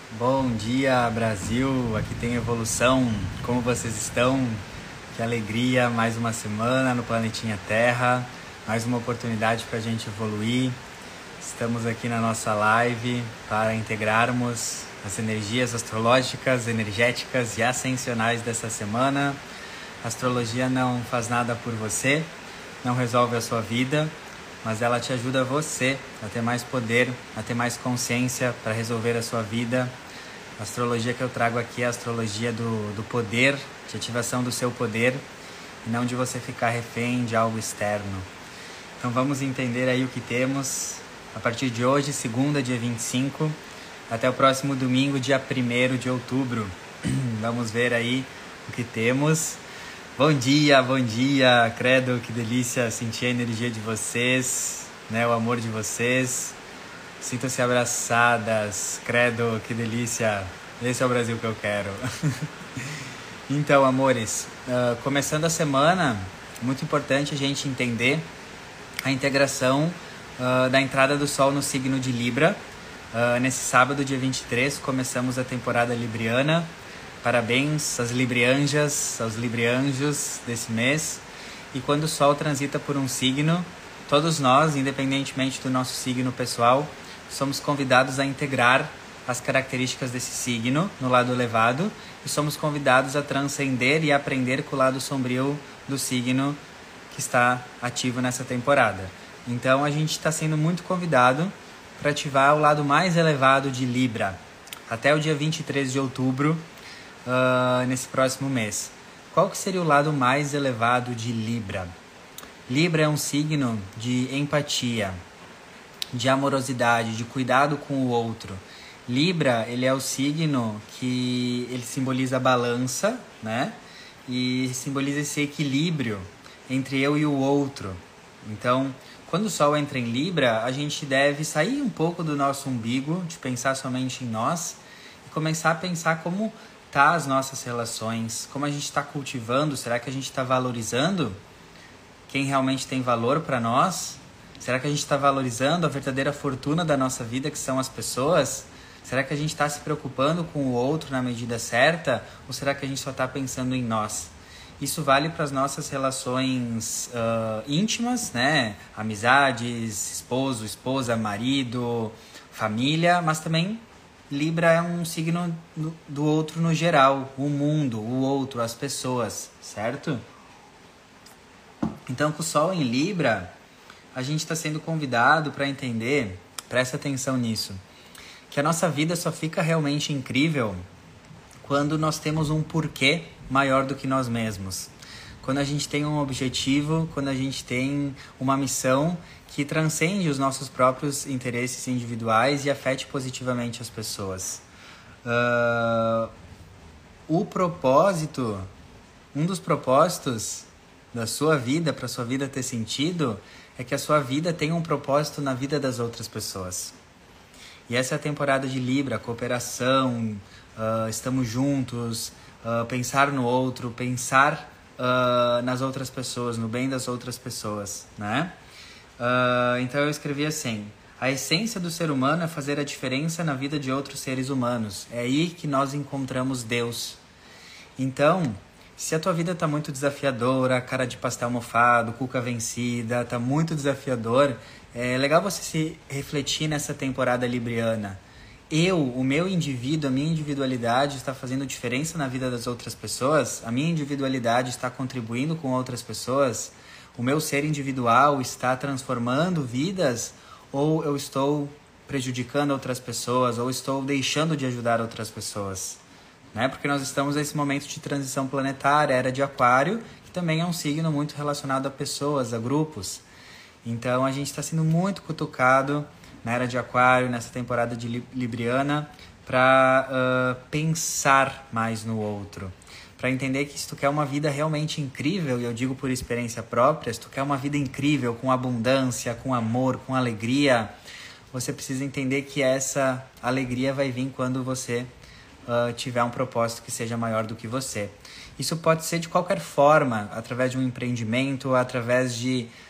Bom dia, Brasil! Aqui tem Evolução. Como vocês estão? Que alegria! Mais uma semana no planetinha Terra, mais uma oportunidade para a gente evoluir. Estamos aqui na nossa live para integrarmos as energias astrológicas, energéticas e ascensionais dessa semana. A astrologia não faz nada por você, não resolve a sua vida, mas ela te ajuda você a ter mais poder, a ter mais consciência para resolver a sua vida. A astrologia que eu trago aqui é a astrologia do poder, de ativação do seu poder, e não de você ficar refém de algo externo. Então vamos entender aí o que temos a partir de hoje, segunda, dia 25, até o próximo domingo, dia 1º de outubro. Vamos ver aí o que temos. Bom dia, credo, que delícia sentir a energia de vocês, né, o amor de vocês. Sintam-se abraçadas, credo, que delícia, esse é o Brasil que eu quero. Então, amores, começando a semana, muito importante a gente entender a integração da entrada do Sol no signo de Libra. Nesse sábado, dia 23, começamos a temporada libriana. Parabéns às librianjas, aos librianjos desse mês. E quando o Sol transita por um signo, todos nós, independentemente do nosso signo pessoal, somos convidados a integrar as características desse signo no lado elevado e somos convidados a transcender e aprender com o lado sombrio do signo que está ativo nessa temporada. Então a gente está sendo muito convidado para ativar o lado mais elevado de Libra até o dia 23 de outubro, nesse próximo mês. Qual que seria o lado mais elevado de Libra? Libra é um signo de empatia, de amorosidade, de cuidado com o outro. Libra, ele é o signo que ele simboliza a balança, né? E simboliza esse equilíbrio entre eu e o outro. Então, quando o Sol entra em Libra, a gente deve sair um pouco do nosso umbigo, de pensar somente em nós, e começar a pensar como tá as nossas relações, como a gente está cultivando, será que a gente está valorizando quem realmente tem valor para nós? Será que a gente está valorizando a verdadeira fortuna da nossa vida, que são as pessoas? Será que a gente está se preocupando com o outro na medida certa? Ou será que a gente só está pensando em nós? Isso vale para as nossas relações íntimas, né? Amizades, esposo, esposa, marido, família, mas também Libra é um signo do outro no geral, o mundo, o outro, as pessoas, certo? Então, com o Sol em Libra, a gente está sendo convidado para entender, presta atenção nisso, que a nossa vida só fica realmente incrível quando nós temos um porquê maior do que nós mesmos. Quando a gente tem um objetivo, quando a gente tem uma missão que transcende os nossos próprios interesses individuais e afete positivamente as pessoas. O propósito, um dos propósitos da sua vida, para a sua vida ter sentido, é que a sua vida tenha um propósito na vida das outras pessoas. E essa é a temporada de Libra, cooperação, estamos juntos, pensar no outro, pensar nas outras pessoas, no bem das outras pessoas, né? Então eu escrevi assim: a essência do ser humano é fazer a diferença na vida de outros seres humanos. É aí que nós encontramos Deus. Então, se a tua vida está muito desafiadora, cara de pastel mofado, cuca vencida, está muito desafiador, é legal você se refletir nessa temporada libriana. O meu indivíduo, a minha individualidade está fazendo diferença na vida das outras pessoas? A minha individualidade está contribuindo com outras pessoas? O meu ser individual está transformando vidas? Ou eu estou prejudicando outras pessoas? Ou estou deixando de ajudar outras pessoas? Né? Porque nós estamos nesse momento de transição planetária, era de Aquário, que também é um signo muito relacionado a pessoas, a grupos. Então a gente está sendo muito cutucado na era de Aquário, nessa temporada de Libriana, para pensar mais no outro. Para entender que se tu quer uma vida realmente incrível, e eu digo por experiência própria, se tu quer uma vida incrível, com abundância, com amor, com alegria, você precisa entender que essa alegria vai vir quando você tiver um propósito que seja maior do que você. Isso pode ser de qualquer forma, através de um empreendimento, através de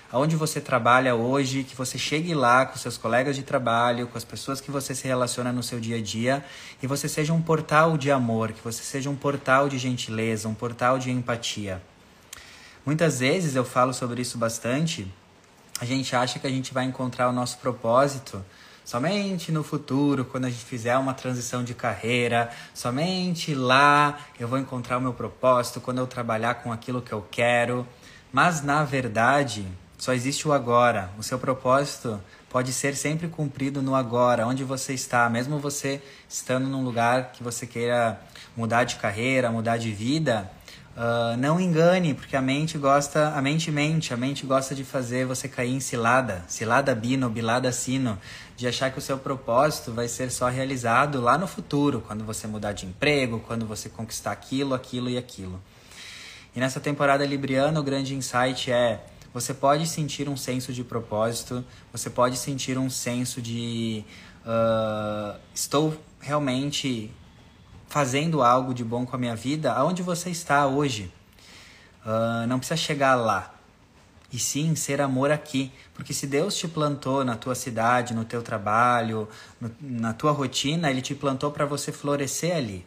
aonde você trabalha hoje, que você chegue lá com seus colegas de trabalho, com as pessoas que você se relaciona no seu dia a dia, e você seja um portal de amor, que você seja um portal de gentileza, um portal de empatia. Muitas vezes eu falo sobre isso bastante, a gente acha que a gente vai encontrar o nosso propósito somente no futuro, quando a gente fizer uma transição de carreira, somente lá eu vou encontrar o meu propósito, quando eu trabalhar com aquilo que eu quero. Mas, na verdade, só existe o agora. O seu propósito pode ser sempre cumprido no agora, onde você está, mesmo você estando num lugar que você queira mudar de carreira, mudar de vida. Não engane, porque a mente gosta de fazer você cair em cilada bino, bilada sino, de achar que o seu propósito vai ser só realizado lá no futuro, quando você mudar de emprego, quando você conquistar aquilo e aquilo. E nessa temporada libriana, o grande insight é: você pode sentir um senso de propósito, você pode sentir um senso de estou realmente fazendo algo de bom com a minha vida, aonde você está hoje. Não precisa chegar lá, e sim ser amor aqui, porque se Deus te plantou na tua cidade, no teu trabalho, na tua rotina, Ele te plantou para você florescer ali.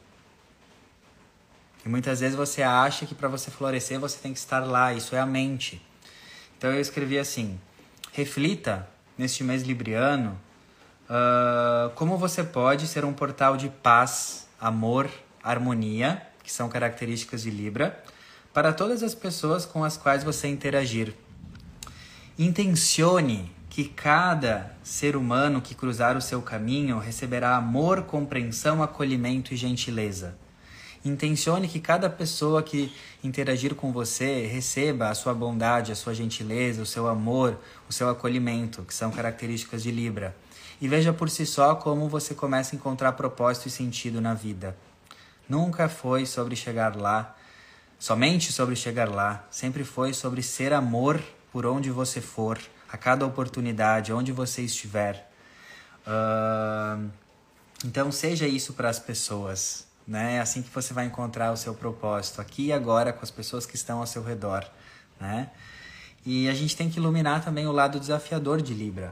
E muitas vezes você acha que para você florescer você tem que estar lá, isso é a mente. Então eu escrevi assim: reflita neste mês libriano como você pode ser um portal de paz, amor, harmonia, que são características de Libra, para todas as pessoas com as quais você interagir. Intencione que cada ser humano que cruzar o seu caminho receberá amor, compreensão, acolhimento e gentileza. Intencione que cada pessoa que interagir com você receba a sua bondade, a sua gentileza, o seu amor, o seu acolhimento, que são características de Libra. E veja por si só como você começa a encontrar propósito e sentido na vida. Nunca foi sobre chegar lá, somente sobre chegar lá. Sempre foi sobre ser amor por onde você for, a cada oportunidade, onde você estiver. Então seja isso para as pessoas, né? É assim que você vai encontrar o seu propósito, aqui e agora, com as pessoas que estão ao seu redor, né? E a gente tem que iluminar também o lado desafiador de Libra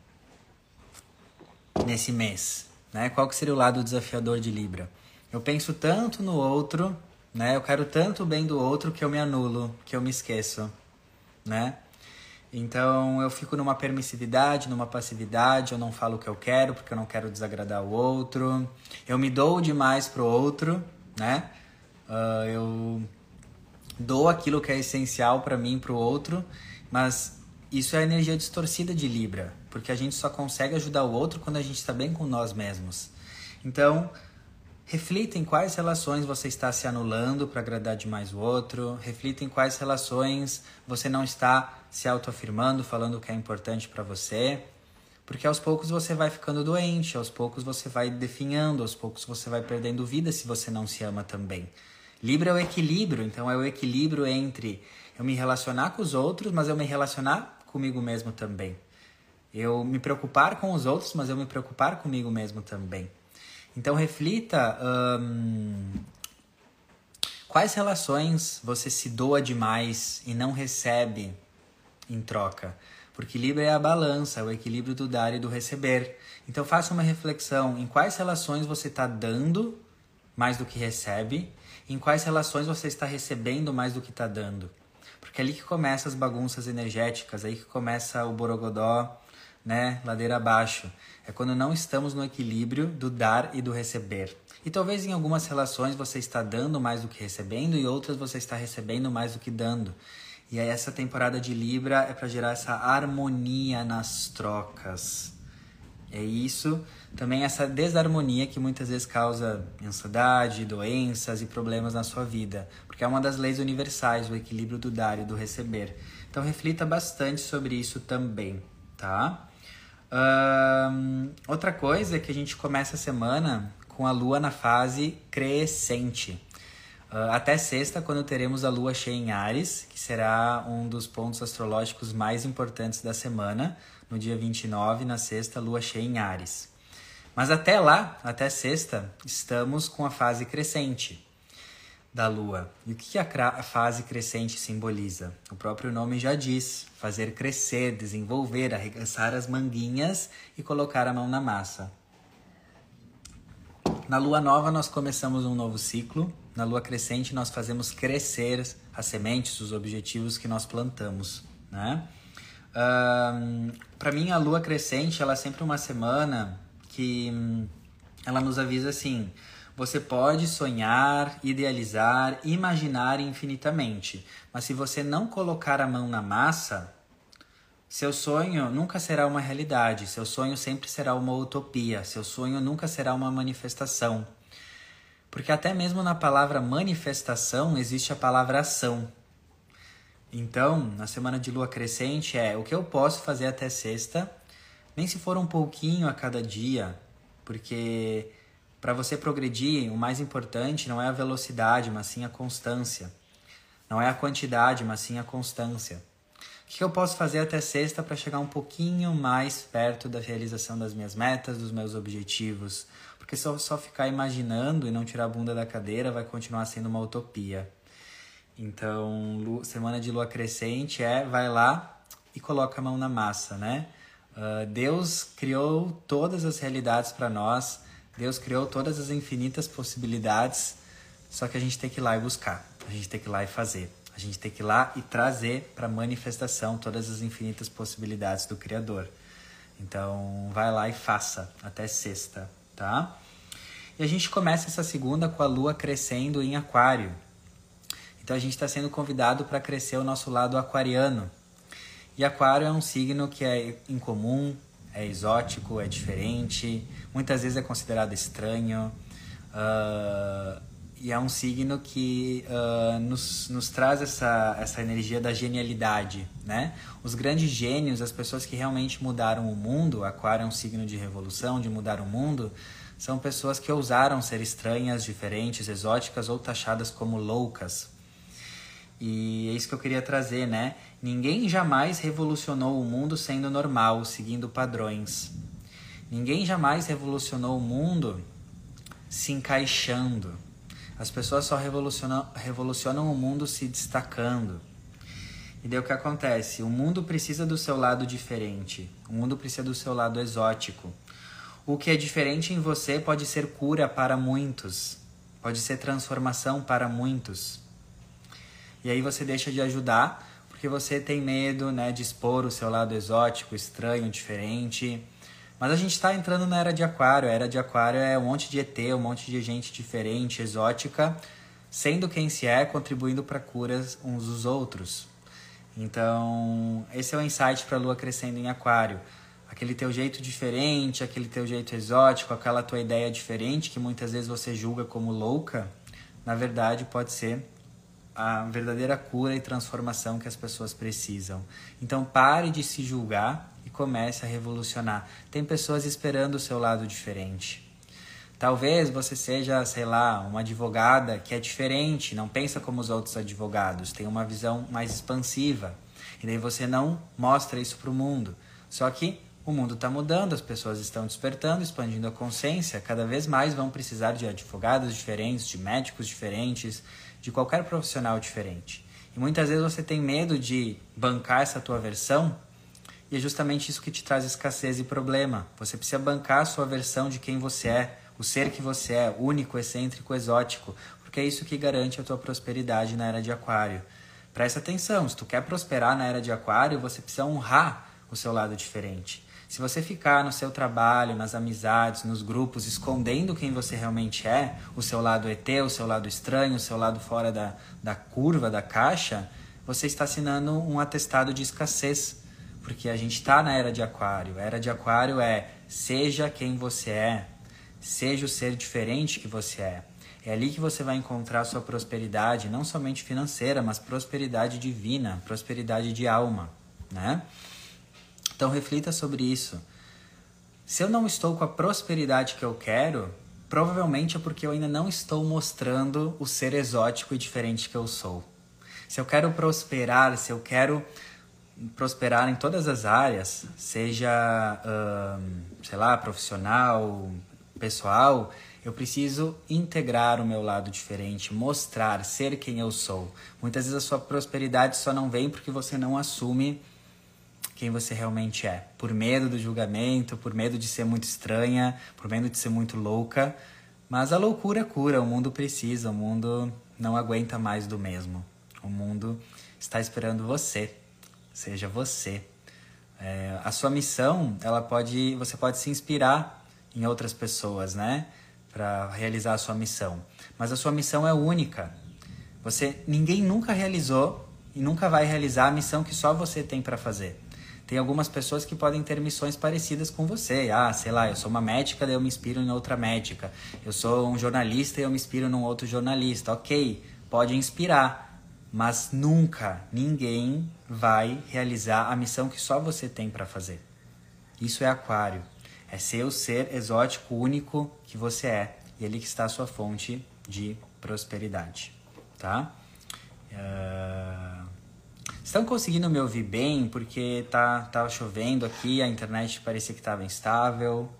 nesse mês, né? Qual que seria o lado desafiador de Libra? Eu penso tanto no outro, né? Eu quero tanto o bem do outro que eu me anulo, que eu me esqueço, né? Então eu fico numa permissividade, numa passividade, eu não falo o que eu quero porque eu não quero desagradar o outro. Eu me dou demais pro outro, né? Eu dou aquilo que é essencial para mim, pro outro, mas isso é a energia distorcida de Libra, porque a gente só consegue ajudar o outro quando a gente está bem com nós mesmos. Então, reflita em quais relações você está se anulando para agradar demais o outro. Reflita em quais relações você não está se autoafirmando, falando o que é importante para você. Porque aos poucos você vai ficando doente, aos poucos você vai definhando, aos poucos você vai perdendo vida se você não se ama também. Libra é o equilíbrio, então é o equilíbrio entre eu me relacionar com os outros, mas eu me relacionar comigo mesmo também. Eu me preocupar com os outros, mas eu me preocupar comigo mesmo também. Então reflita quais relações você se doa demais e não recebe em troca. Porque Libra é a balança, é o equilíbrio do dar e do receber. Então faça uma reflexão em quais relações você está dando mais do que recebe, em quais relações você está recebendo mais do que está dando. Porque é ali que começam as bagunças energéticas, aí que começa o borogodó, né, ladeira abaixo. É quando não estamos no equilíbrio do dar e do receber. E talvez em algumas relações você está dando mais do que recebendo e outras você está recebendo mais do que dando. E aí essa temporada de Libra é para gerar essa harmonia nas trocas. É isso, também essa desarmonia que muitas vezes causa ansiedade, doenças e problemas na sua vida. Porque é uma das leis universais, o equilíbrio do dar e do receber. Então reflita bastante sobre isso também, tá? Outra coisa é que a gente começa a semana com a Lua na fase crescente. Até sexta, quando teremos a Lua cheia em Áries, que será um dos pontos astrológicos mais importantes da semana, no dia 29, na sexta, Lua cheia em Áries. Mas até lá, até sexta, estamos com a fase crescente. da lua. E o que a fase crescente simboliza? O próprio nome já diz: fazer crescer, desenvolver, arregaçar as manguinhas e colocar a mão na massa. Na lua nova nós começamos um novo ciclo. Na lua crescente nós fazemos crescer as sementes, os objetivos que nós plantamos, né? Para mim, a lua crescente ela é sempre uma semana que ela nos avisa assim: você pode sonhar, idealizar, imaginar infinitamente, mas se você não colocar a mão na massa, seu sonho nunca será uma realidade, seu sonho sempre será uma utopia, seu sonho nunca será uma manifestação. Porque até mesmo na palavra manifestação existe a palavra ação. Então, na semana de lua crescente o que eu posso fazer até sexta, nem se for um pouquinho a cada dia, porque para você progredir, o mais importante não é a velocidade, mas sim a constância. Não é a quantidade, mas sim a constância. O que eu posso fazer até sexta para chegar um pouquinho mais perto da realização das minhas metas, dos meus objetivos? Porque só ficar imaginando e não tirar a bunda da cadeira vai continuar sendo uma utopia. Então, semana de lua crescente vai lá e coloca a mão na massa, né? Deus criou todas as realidades para nós, Deus criou todas as infinitas possibilidades, só que a gente tem que ir lá e buscar, a gente tem que ir lá e fazer, a gente tem que ir lá e trazer para manifestação todas as infinitas possibilidades do Criador. Então, vai lá e faça até sexta, tá? E a gente começa essa segunda com a lua crescendo em Aquário. Então, a gente está sendo convidado para crescer o nosso lado aquariano. E Aquário é um signo que é incomum, é exótico, é diferente, muitas vezes é considerado estranho, e é um signo que nos traz essa energia da genialidade, né? Os grandes gênios, as pessoas que realmente mudaram o mundo, Aquário é um signo de revolução, de mudar o mundo, são pessoas que ousaram ser estranhas, diferentes, exóticas ou taxadas como loucas. E é isso que eu queria trazer, né? Ninguém jamais revolucionou o mundo sendo normal, seguindo padrões. Ninguém jamais revolucionou o mundo se encaixando. As pessoas só revolucionam o mundo se destacando. E daí o que acontece? O mundo precisa do seu lado diferente. O mundo precisa do seu lado exótico. O que é diferente em você pode ser cura para muitos. Pode ser transformação para muitos. E aí você deixa de ajudar porque você tem medo, né, de expor o seu lado exótico, estranho, diferente. Mas a gente está entrando na Era de Aquário. A Era de Aquário é um monte de ET, um monte de gente diferente, exótica, sendo quem se é, contribuindo para curas uns dos outros. Então, esse é o insight para a Lua crescendo em Aquário. Aquele teu jeito diferente, aquele teu jeito exótico, aquela tua ideia diferente que muitas vezes você julga como louca, na verdade pode ser a verdadeira cura e transformação que as pessoas precisam. Então pare de se julgar e comece a revolucionar. Tem pessoas esperando o seu lado diferente. Talvez você seja, sei lá, uma advogada que é diferente, não pensa como os outros advogados, tem uma visão mais expansiva. E daí você não mostra isso para o mundo. Só que o mundo está mudando, as pessoas estão despertando, expandindo a consciência. Cada vez mais vão precisar de advogados diferentes, de médicos diferentes, de qualquer profissional diferente. E muitas vezes você tem medo de bancar essa tua versão, e é justamente isso que te traz escassez e problema. Você precisa bancar a sua versão de quem você é, o ser que você é, único, excêntrico, exótico, porque é isso que garante a tua prosperidade na Era de Aquário. Presta atenção, se tu quer prosperar na Era de Aquário, você precisa honrar o seu lado diferente. Se você ficar no seu trabalho, nas amizades, nos grupos, escondendo quem você realmente é, o seu lado ET, o seu lado estranho, o seu lado fora da curva, da caixa, você está assinando um atestado de escassez, porque a gente está na Era de Aquário. A Era de Aquário é seja quem você é, seja o ser diferente que você é. É ali que você vai encontrar sua prosperidade, não somente financeira, mas prosperidade divina, prosperidade de alma, né? Então reflita sobre isso. Se eu não estou com a prosperidade que eu quero, provavelmente é porque eu ainda não estou mostrando o ser exótico e diferente que eu sou. Se eu quero prosperar, se eu quero prosperar em todas as áreas, seja, sei lá, profissional, pessoal, Eu preciso integrar o meu lado diferente, mostrar, ser quem eu sou. Muitas vezes a sua prosperidade só não vem porque você não assume quem você realmente é. Por medo do julgamento, por medo de ser muito estranha, por medo de ser muito louca. Mas a loucura cura, o mundo precisa, o mundo não aguenta mais do mesmo. O mundo está esperando você, seja você. A sua missão, você pode se inspirar em outras pessoas, né? Para realizar a sua missão. Mas a sua missão é única. Ninguém nunca realizou e nunca vai realizar a missão que só você tem para fazer. Tem algumas pessoas que podem ter missões parecidas com você. Sei lá, eu sou uma médica, daí eu me inspiro em outra médica. Eu sou um jornalista e eu me inspiro num outro jornalista. Ok, pode inspirar, mas nunca ninguém vai realizar a missão que só você tem para fazer. Isso é Aquário. É ser o ser exótico, único que você é. E ali que está a sua fonte de prosperidade, tá? Estão conseguindo me ouvir bem? Porque tá chovendo aqui, a internet parecia que estava instável.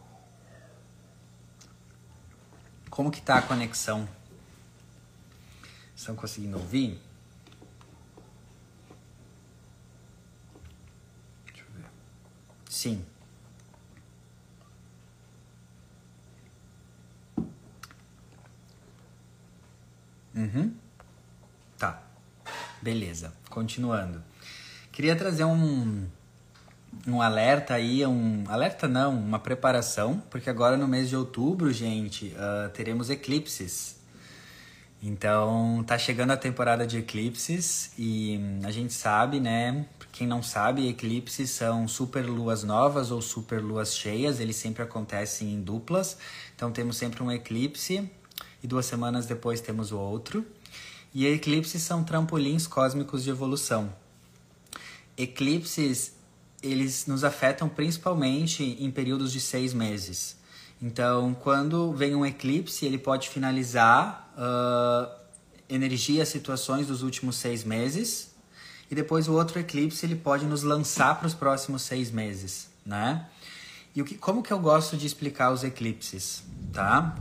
Como que tá a conexão? Estão conseguindo ouvir? Deixa eu ver. Sim. Tá. Beleza. Continuando. Queria trazer um alerta aí, uma preparação, porque agora no mês de outubro, gente, teremos eclipses. Então, tá chegando a temporada de eclipses e a gente sabe, né? Quem não sabe, eclipses são super luas novas ou super luas cheias, eles sempre acontecem em duplas. Então, temos sempre um eclipse e 2 semanas depois temos o outro. E eclipses são trampolins cósmicos de evolução. Eclipses, eles nos afetam principalmente em períodos de 6 meses. Então, quando vem um eclipse, ele pode finalizar energias, situações dos últimos 6 meses. E depois o outro eclipse, ele pode nos lançar para os próximos 6 meses, né? E como que eu gosto de explicar os eclipses, tá?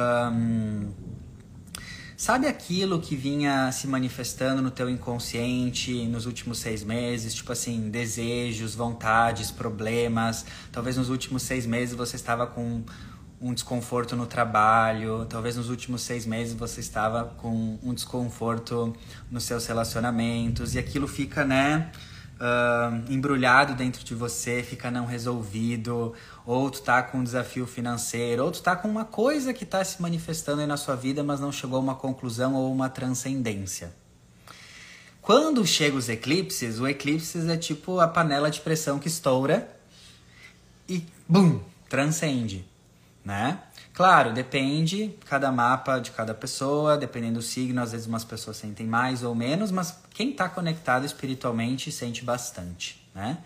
Sabe aquilo que vinha se manifestando no teu inconsciente nos últimos 6 meses? Tipo assim, desejos, vontades, problemas. Talvez nos últimos 6 meses você estava com um desconforto no trabalho. Talvez nos últimos 6 meses você estava com um desconforto nos seus relacionamentos. E aquilo fica, né, embrulhado dentro de você, fica não resolvido. Ou tu tá com um desafio financeiro, ou tu tá com uma coisa que tá se manifestando aí na sua vida, mas não chegou a uma conclusão ou uma transcendência. Quando chegam os eclipses, o eclipse é tipo a panela de pressão que estoura e bum, transcende, né? Claro, depende cada mapa de cada pessoa, dependendo do signo, às vezes umas pessoas sentem mais ou menos, mas quem tá conectado espiritualmente sente bastante, né?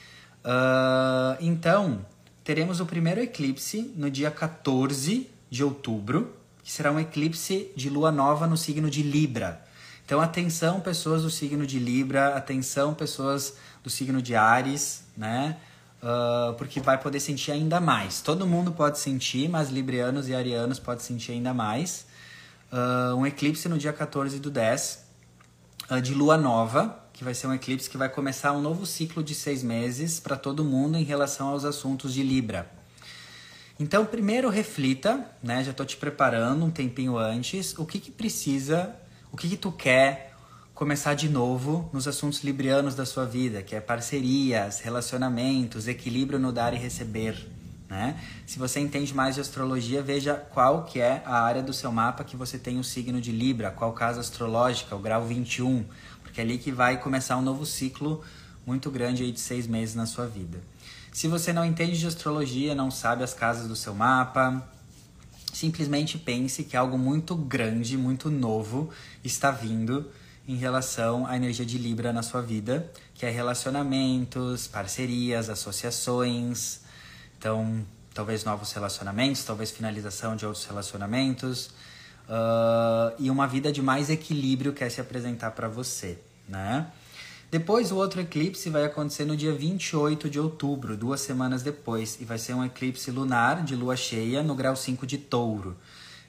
Então, teremos o primeiro eclipse no dia 14 de outubro, que será um eclipse de lua nova no signo de Libra. Então, atenção, pessoas do signo de Libra, atenção, pessoas do signo de Áries, né? Porque vai poder sentir ainda mais. Todo mundo pode sentir, mas librianos e arianos podem sentir ainda mais. Um eclipse no dia 14 do 10, de lua nova, que vai ser um eclipse que vai começar um novo ciclo de 6 meses para todo mundo em relação aos assuntos de Libra. Então, primeiro reflita, né? Já estou te preparando um tempinho antes, o que precisa, o que tu quer começar de novo nos assuntos librianos da sua vida, que é parcerias, relacionamentos, equilíbrio no dar e receber, né? Se você entende mais de astrologia, veja qual que é a área do seu mapa que você tem o signo de Libra, qual casa astrológica, o grau 21, porque é ali que vai começar um novo ciclo muito grande aí de 6 meses na sua vida. Se você não entende de astrologia, não sabe as casas do seu mapa, simplesmente pense que algo muito grande, muito novo está vindo em relação à energia de Libra na sua vida, que é relacionamentos, parcerias, associações. Então, talvez novos relacionamentos, talvez finalização de outros relacionamentos, e uma vida de mais equilíbrio quer se apresentar para você, né? Depois, o outro eclipse vai acontecer no dia 28 de outubro, 2 semanas depois, e vai ser um eclipse lunar de lua cheia no grau 5 de Touro.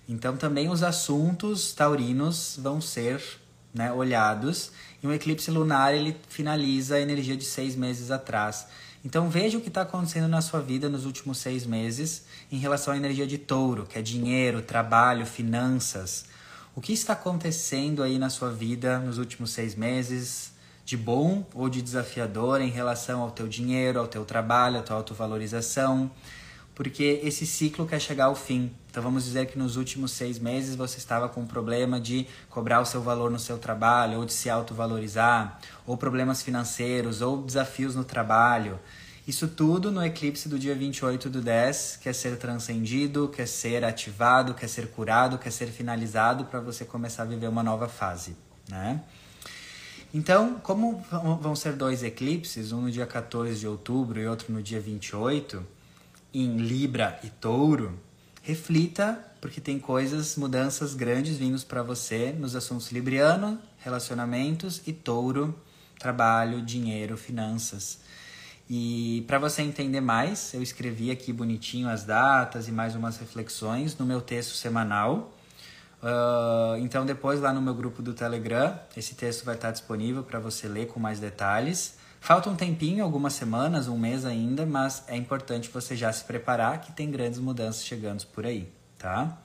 Então também os assuntos taurinos vão ser, né, olhados. E um eclipse lunar, ele finaliza a energia de 6 meses atrás. Então veja o que está acontecendo na sua vida nos últimos 6 meses em relação à energia de touro, que é dinheiro, trabalho, finanças. O que está acontecendo aí na sua vida nos últimos 6 meses, de bom ou de desafiador em relação ao teu dinheiro, ao teu trabalho, à tua autovalorização? Porque esse ciclo quer chegar ao fim. Então vamos dizer que nos últimos 6 meses você estava com um problema de cobrar o seu valor no seu trabalho, ou de se autovalorizar, ou problemas financeiros, ou desafios no trabalho. Isso tudo no eclipse do dia 28/10 quer ser transcendido, quer ser ativado, quer ser curado, quer ser finalizado para você começar a viver uma nova fase, né? Então, como vão ser 2 eclipses, um no dia 14 de outubro e outro no dia 28, em Libra e Touro, reflita, porque tem mudanças grandes vindos para você nos assuntos libriano, relacionamentos, e Touro, trabalho, dinheiro, finanças. E para você entender mais, eu escrevi aqui bonitinho as datas e mais umas reflexões no meu texto semanal. Então depois lá no meu grupo do Telegram, esse texto vai estar disponível para você ler com mais detalhes. Falta um tempinho, algumas semanas, um mês ainda, mas é importante você já se preparar que tem grandes mudanças chegando por aí, tá?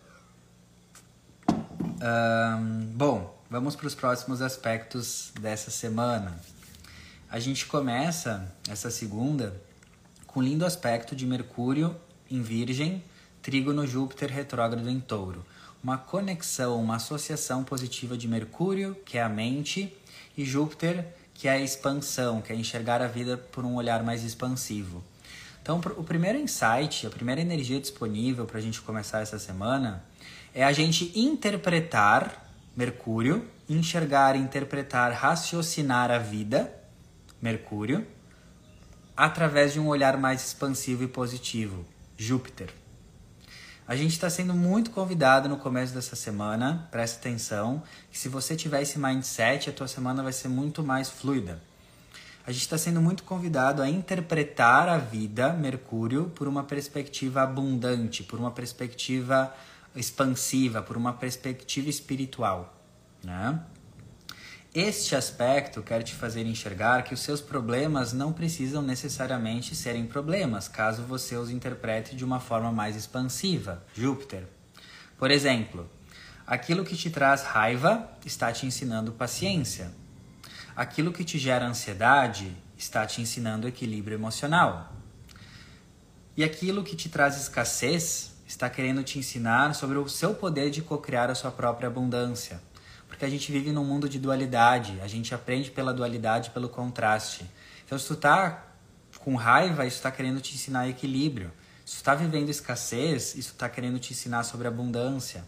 Bom, vamos para os próximos aspectos dessa semana. A gente começa essa segunda com um lindo aspecto de Mercúrio em Virgem, trígono Júpiter retrógrado em Touro. Uma conexão, uma associação positiva de Mercúrio, que é a mente, e Júpiter, que é a expansão, que é enxergar a vida por um olhar mais expansivo. Então, o primeiro insight, a primeira energia disponível para a gente começar essa semana é a gente interpretar Mercúrio, enxergar, interpretar, raciocinar a vida, Mercúrio, através de um olhar mais expansivo e positivo, Júpiter. A gente está sendo muito convidado no começo dessa semana, presta atenção, que se você tiver esse mindset, a tua semana vai ser muito mais fluida. A gente está sendo muito convidado a interpretar a vida, Mercúrio, por uma perspectiva abundante, por uma perspectiva expansiva, por uma perspectiva espiritual, né? Este aspecto quer te fazer enxergar que os seus problemas não precisam necessariamente serem problemas, caso você os interprete de uma forma mais expansiva, Júpiter. Por exemplo, aquilo que te traz raiva está te ensinando paciência. Aquilo que te gera ansiedade está te ensinando equilíbrio emocional. E aquilo que te traz escassez está querendo te ensinar sobre o seu poder de co-criar a sua própria abundância. Porque a gente vive num mundo de dualidade, a gente aprende pela dualidade, pelo contraste. Então, se tu tá com raiva, isso está querendo te ensinar equilíbrio. Se tu tá vivendo escassez, isso está querendo te ensinar sobre abundância.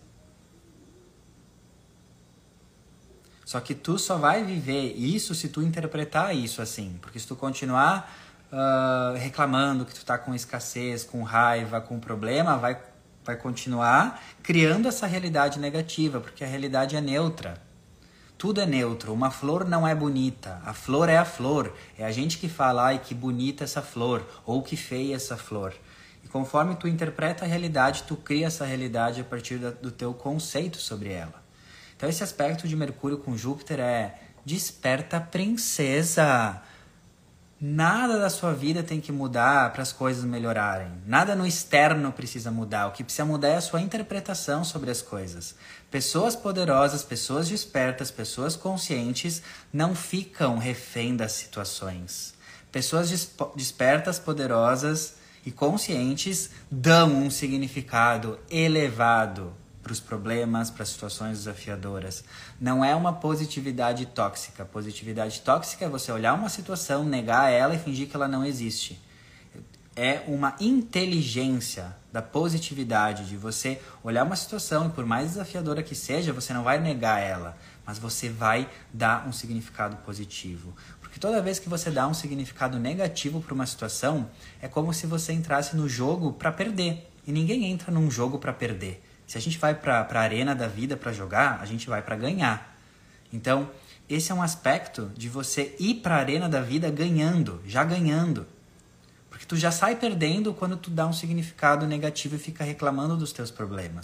Só que tu só vai viver isso se tu interpretar isso assim. Porque se tu continuar reclamando que tu tá com escassez, com raiva, com problema, vai continuar criando essa realidade negativa, porque a realidade é neutra. Tudo é neutro. Uma flor não é bonita. A flor é a flor. É a gente que fala, ai, que bonita essa flor, ou que feia essa flor. E conforme tu interpreta a realidade, tu cria essa realidade a partir do teu conceito sobre ela. Então esse aspecto de Mercúrio com Júpiter é: desperta, princesa! Nada da sua vida tem que mudar para as coisas melhorarem. Nada no externo precisa mudar. O que precisa mudar é a sua interpretação sobre as coisas. Pessoas poderosas, pessoas despertas, pessoas conscientes não ficam refém das situações. Pessoas despertas, poderosas e conscientes dão um significado elevado para os problemas, para as situações desafiadoras. Não é uma positividade tóxica. Positividade tóxica é você olhar uma situação, negar ela e fingir que ela não existe. É uma inteligência da positividade, de você olhar uma situação e por mais desafiadora que seja, você não vai negar ela, mas você vai dar um significado positivo. Porque toda vez que você dá um significado negativo para uma situação, é como se você entrasse no jogo para perder. E ninguém entra num jogo para perder. Se a gente vai para a arena da vida para jogar, a gente vai para ganhar. Então, esse é um aspecto de você ir para a arena da vida ganhando, já ganhando. Porque tu já sai perdendo quando tu dá um significado negativo e fica reclamando dos teus problemas.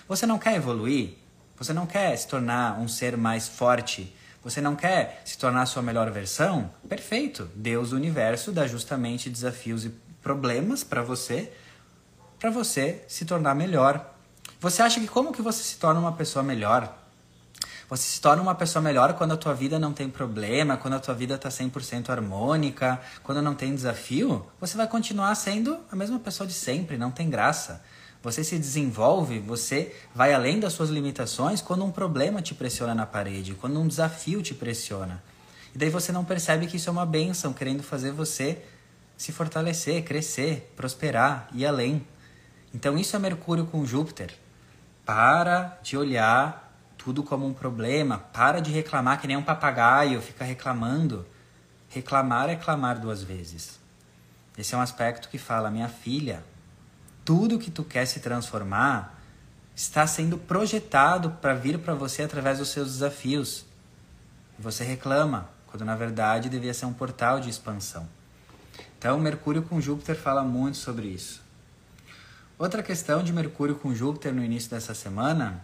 Você não quer evoluir? Você não quer se tornar um ser mais forte? Você não quer se tornar a sua melhor versão? Perfeito! Deus, o universo, dá justamente desafios e problemas para você se tornar melhor. Você acha que como que você se torna uma pessoa melhor? Você se torna uma pessoa melhor quando a tua vida não tem problema, quando a tua vida está 100% harmônica, quando não tem desafio? Você vai continuar sendo a mesma pessoa de sempre, não tem graça. Você se desenvolve, você vai além das suas limitações quando um problema te pressiona na parede, quando um desafio te pressiona. E daí você não percebe que isso é uma bênção, querendo fazer você se fortalecer, crescer, prosperar, ir além. Então isso é Mercúrio com Júpiter. Para de olhar tudo como um problema, para de reclamar que nem um papagaio, fica reclamando. Reclamar é clamar 2 vezes. Esse é um aspecto que fala, minha filha, tudo que tu quer se transformar está sendo projetado para vir para você através dos seus desafios. E você reclama, quando na verdade devia ser um portal de expansão. Então, Mercúrio com Júpiter fala muito sobre isso. Outra questão de Mercúrio com Júpiter no início dessa semana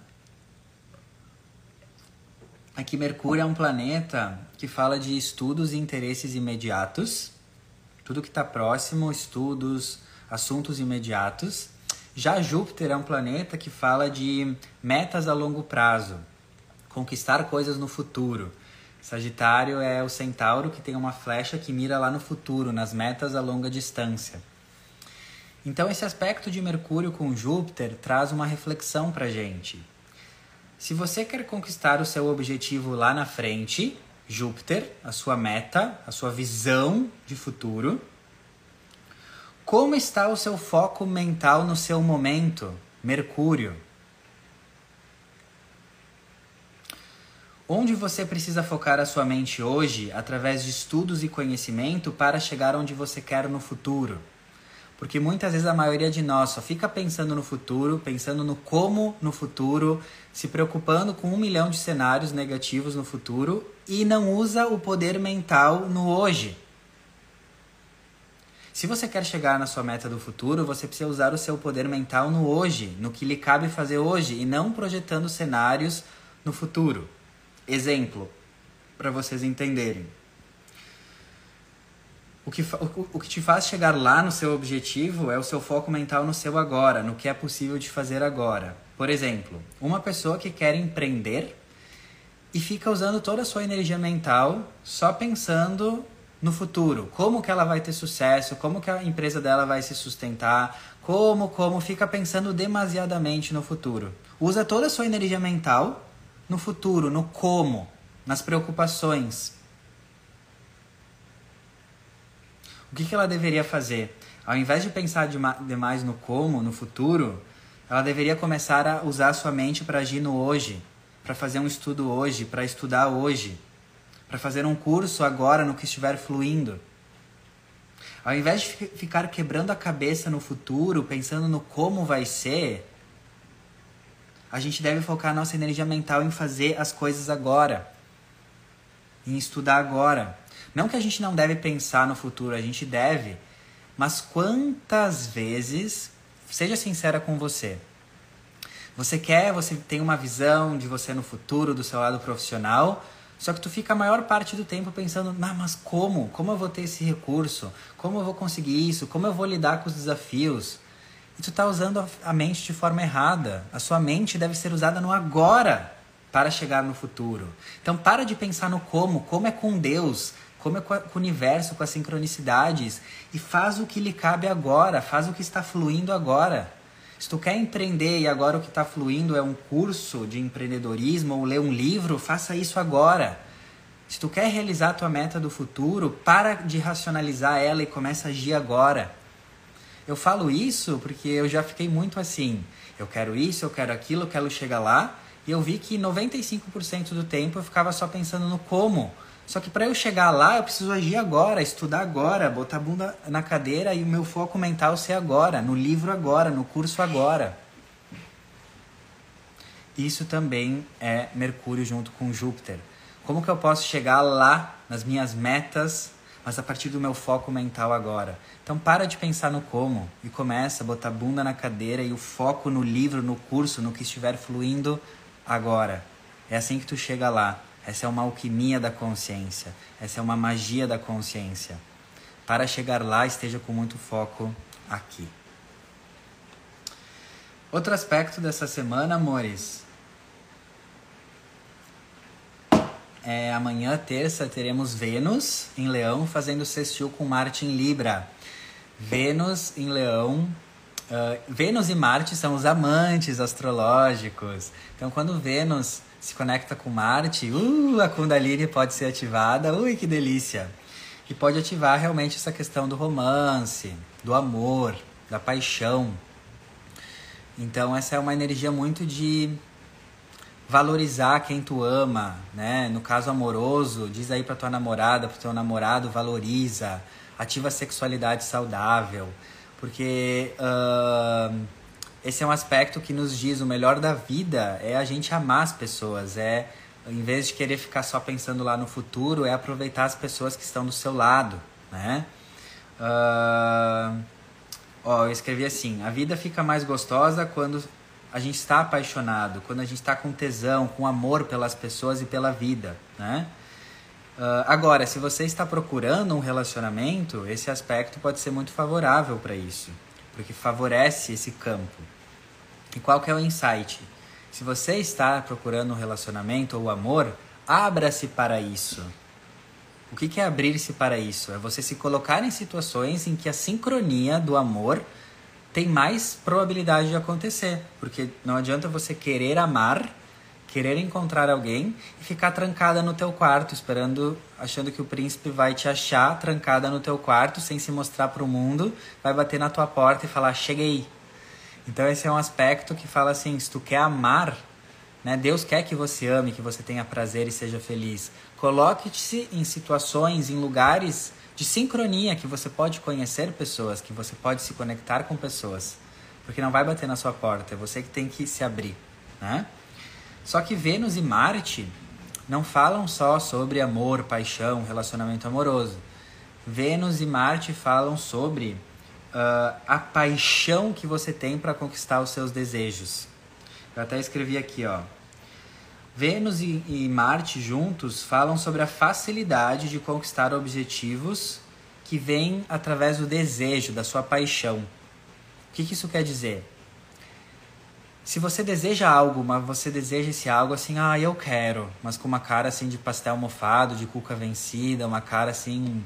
é que Mercúrio é um planeta que fala de estudos e interesses imediatos. Tudo que está próximo, estudos, assuntos imediatos. Já Júpiter é um planeta que fala de metas a longo prazo, conquistar coisas no futuro. Sagitário é o centauro que tem uma flecha que mira lá no futuro, nas metas a longa distância. Então esse aspecto de Mercúrio com Júpiter traz uma reflexão pra gente. Se você quer conquistar o seu objetivo lá na frente, Júpiter, a sua meta, a sua visão de futuro, como está o seu foco mental no seu momento, Mercúrio? Onde você precisa focar a sua mente hoje, através de estudos e conhecimento, para chegar onde você quer no futuro? Porque muitas vezes a maioria de nós só fica pensando no futuro, pensando no como no futuro, se preocupando com 1 milhão de cenários negativos no futuro e não usa o poder mental no hoje. Se você quer chegar na sua meta do futuro, você precisa usar o seu poder mental no hoje, no que lhe cabe fazer hoje e não projetando cenários no futuro. Exemplo, para vocês entenderem. O que te faz chegar lá no seu objetivo é o seu foco mental no seu agora, no que é possível de fazer agora. Por exemplo, uma pessoa que quer empreender e fica usando toda a sua energia mental só pensando no futuro. Como que ela vai ter sucesso, como que a empresa dela vai se sustentar, como fica pensando demasiadamente no futuro. Usa toda a sua energia mental no futuro, no como, nas preocupações. O que ela deveria fazer? Ao invés de pensar demais no como, no futuro, ela deveria começar a usar a sua mente para agir no hoje, para fazer um estudo hoje, para estudar hoje, para fazer um curso agora no que estiver fluindo. Ao invés de ficar quebrando a cabeça no futuro, pensando no como vai ser, a gente deve focar a nossa energia mental em fazer as coisas agora, em estudar agora. Não que a gente não deve pensar no futuro, a gente deve. Mas quantas vezes, seja sincera com você, você tem uma visão de você no futuro, do seu lado profissional, só que tu fica a maior parte do tempo pensando, mas como? Como eu vou ter esse recurso? Como eu vou conseguir isso? Como eu vou lidar com os desafios? E tu tá usando a mente de forma errada. A sua mente deve ser usada no agora para chegar no futuro. Então para de pensar no como é com Deus, como é com o universo, com as sincronicidades, e faz o que lhe cabe agora, faz o que está fluindo agora. Se tu quer empreender e agora o que está fluindo é um curso de empreendedorismo ou ler um livro, faça isso agora. Se tu quer realizar a tua meta do futuro, para de racionalizar ela e começa a agir agora. Eu falo isso porque eu já fiquei muito assim, eu quero isso, eu quero aquilo, eu quero chegar lá, e eu vi que 95% do tempo eu ficava só pensando no como. Só que para eu chegar lá, eu preciso agir agora, estudar agora, botar a bunda na cadeira e o meu foco mental ser agora, no livro agora, no curso agora. Isso também é Mercúrio junto com Júpiter. Como que eu posso chegar lá nas minhas metas mas a partir do meu foco mental agora. Então para de pensar no como e começa a botar a bunda na cadeira e o foco no livro, no curso, no que estiver fluindo agora. É assim que tu chega lá. Essa é uma alquimia da consciência. Essa é uma magia da consciência. Para chegar lá, esteja com muito foco aqui. Outro aspecto dessa semana, amores. Amanhã, terça, teremos Vênus em Leão fazendo sextil com Marte em Libra. Vênus em Leão. Vênus e Marte são os amantes astrológicos. Então, quando Vênus se conecta com Marte, a Kundalini pode ser ativada. Ui, que delícia! E pode ativar realmente essa questão do romance, do amor, da paixão. Então, essa é uma energia muito de valorizar quem tu ama, né? No caso amoroso, diz aí pra tua namorada, pro teu namorado, valoriza, ativa a sexualidade saudável, porque esse é um aspecto que nos diz o melhor da vida é a gente amar as pessoas, em vez de querer ficar só pensando lá no futuro, é aproveitar as pessoas que estão do seu lado, né? Eu escrevi assim, a vida fica mais gostosa quando a gente está apaixonado, quando a gente está com tesão, com amor pelas pessoas e pela vida, né? Agora, se você está procurando um relacionamento, esse aspecto pode ser muito favorável para isso, porque favorece esse campo. E qual que é o insight? Se você está procurando um relacionamento ou amor, abra-se para isso. O que é abrir-se para isso? É você se colocar em situações em que a sincronia do amor tem mais probabilidade de acontecer. Porque não adianta você querer amar, querer encontrar alguém e ficar trancada no teu quarto, achando que o príncipe vai te achar trancada no teu quarto, sem se mostrar para o mundo, vai bater na tua porta e falar, cheguei. Então esse é um aspecto que fala assim, se tu quer amar, né, Deus quer que você ame, que você tenha prazer e seja feliz. Coloque-se em situações, em lugares de sincronia, que você pode conhecer pessoas, que você pode se conectar com pessoas. Porque não vai bater na sua porta, é você que tem que se abrir, né? Só que Vênus e Marte não falam só sobre amor, paixão, relacionamento amoroso. Vênus e Marte falam sobre a paixão que você tem para conquistar os seus desejos. Eu até escrevi aqui, ó. Vênus e Marte juntos falam sobre a facilidade de conquistar objetivos que vêm através do desejo, da sua paixão. O que isso quer dizer? Se você deseja algo, mas você deseja esse algo assim, eu quero, mas com uma cara assim de pastel mofado, de cuca vencida, uma cara assim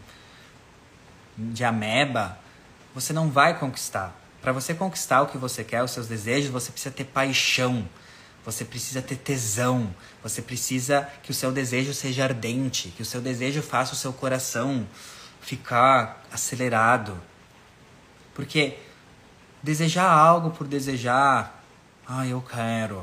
de ameba, você não vai conquistar. Para você conquistar o que você quer, os seus desejos, você precisa ter paixão. Você precisa ter tesão, você precisa que o seu desejo seja ardente, que o seu desejo faça o seu coração ficar acelerado. Porque desejar algo por desejar, eu quero,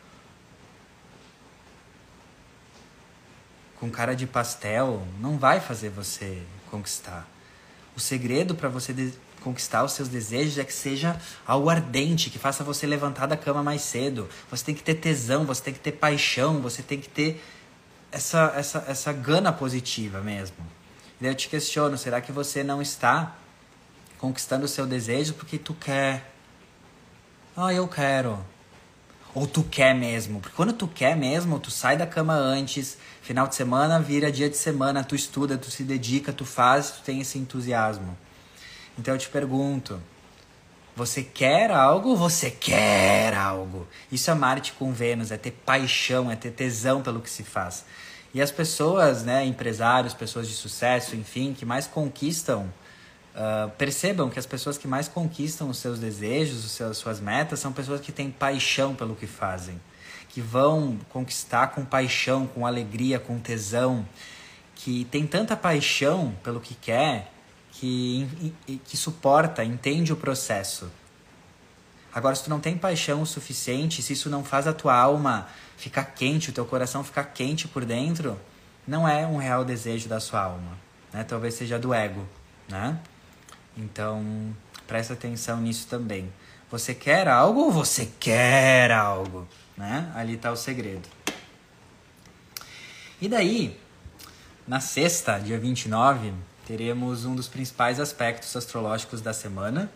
com cara de pastel, não vai fazer você conquistar. O segredo para você conquistar os seus desejos é que seja algo ardente, que faça você levantar da cama mais cedo. Você tem que ter tesão, você tem que ter paixão, você tem que ter essa gana positiva mesmo. E daí eu te questiono, será que você não está conquistando o seu desejo porque tu quer? Eu quero. Ou tu quer mesmo. Porque quando tu quer mesmo, tu sai da cama antes, final de semana vira dia de semana, tu estuda, tu se dedica, tu faz, tu tem esse entusiasmo. Então eu te pergunto, você quer algo? Você quer algo? Isso é Marte com Vênus, é ter paixão, é ter tesão pelo que se faz. E as pessoas, né, empresários, pessoas de sucesso, enfim, que mais conquistam, percebam que as pessoas que mais conquistam os seus desejos, suas metas, são pessoas que têm paixão pelo que fazem. Que vão conquistar com paixão, com alegria, com tesão. Que tem tanta paixão pelo que quer, que suporta, entende o processo. Agora, se tu não tem paixão o suficiente, se isso não faz a tua alma ficar quente, o teu coração ficar quente por dentro, não é um real desejo da sua alma, né? Talvez seja do ego, né? Então, presta atenção nisso também. Você quer algo? Você quer algo, né? Ali está o segredo. E daí, na sexta, dia 29, teremos um dos principais aspectos astrológicos da semana,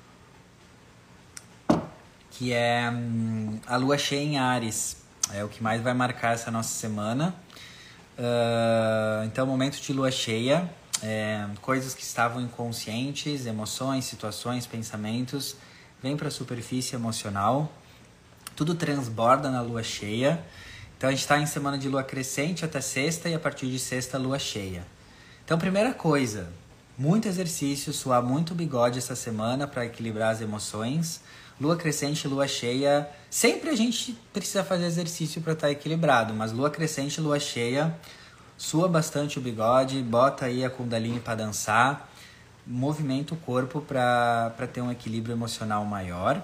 que é a lua cheia em Áries. É o que mais vai marcar essa nossa semana. Então, momento de lua cheia, coisas que estavam inconscientes, emoções, situações, pensamentos, vem para a superfície emocional. Tudo transborda na lua cheia. Então, a gente está em semana de lua crescente até sexta e a partir de sexta, lua cheia. Então, primeira coisa, muito exercício, suar muito bigode essa semana para equilibrar as emoções. Lua crescente, lua cheia, sempre a gente precisa fazer exercício para estar equilibrado, mas lua crescente, lua cheia, sua bastante o bigode, bota aí a Kundalini para dançar, movimenta o corpo para ter um equilíbrio emocional maior.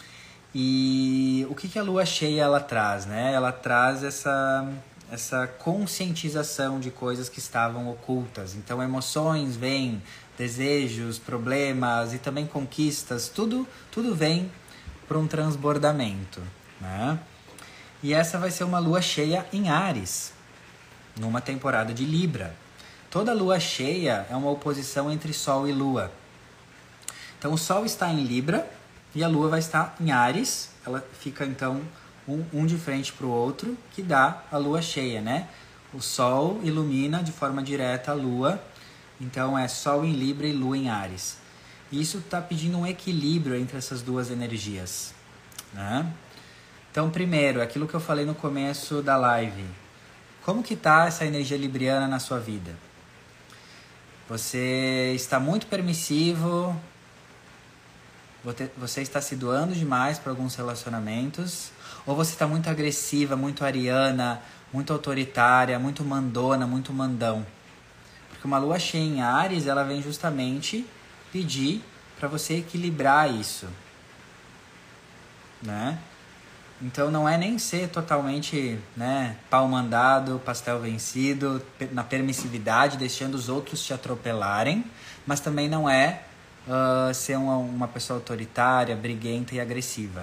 E o que a lua cheia ela traz, né? Ela traz essa conscientização de coisas que estavam ocultas. Então, emoções vêm, desejos, problemas e também conquistas, tudo vem para um transbordamento, né? E essa vai ser uma lua cheia em Áries, numa temporada de Libra. Toda lua cheia é uma oposição entre Sol e Lua. Então, o Sol está em Libra e a Lua vai estar em Áries. Ela fica, então, um de frente para o outro, que dá a lua cheia, né? O Sol ilumina de forma direta a Lua. Então, é Sol em Libra e Lua em Áries. Isso está pedindo um equilíbrio entre essas duas energias, né? Então, primeiro, aquilo que eu falei no começo da live. Como que está essa energia libriana na sua vida? Você está muito permissivo? Você está se doando demais para alguns relacionamentos? Ou você está muito agressiva, muito ariana, muito autoritária, muito mandona, muito mandão? Porque uma lua cheia em Áries, ela vem justamente pedir para você equilibrar isso, né? Então não é nem ser totalmente, né, pau mandado, pastel vencido, na permissividade, deixando os outros te atropelarem, mas também não é ser uma pessoa autoritária, briguenta e agressiva.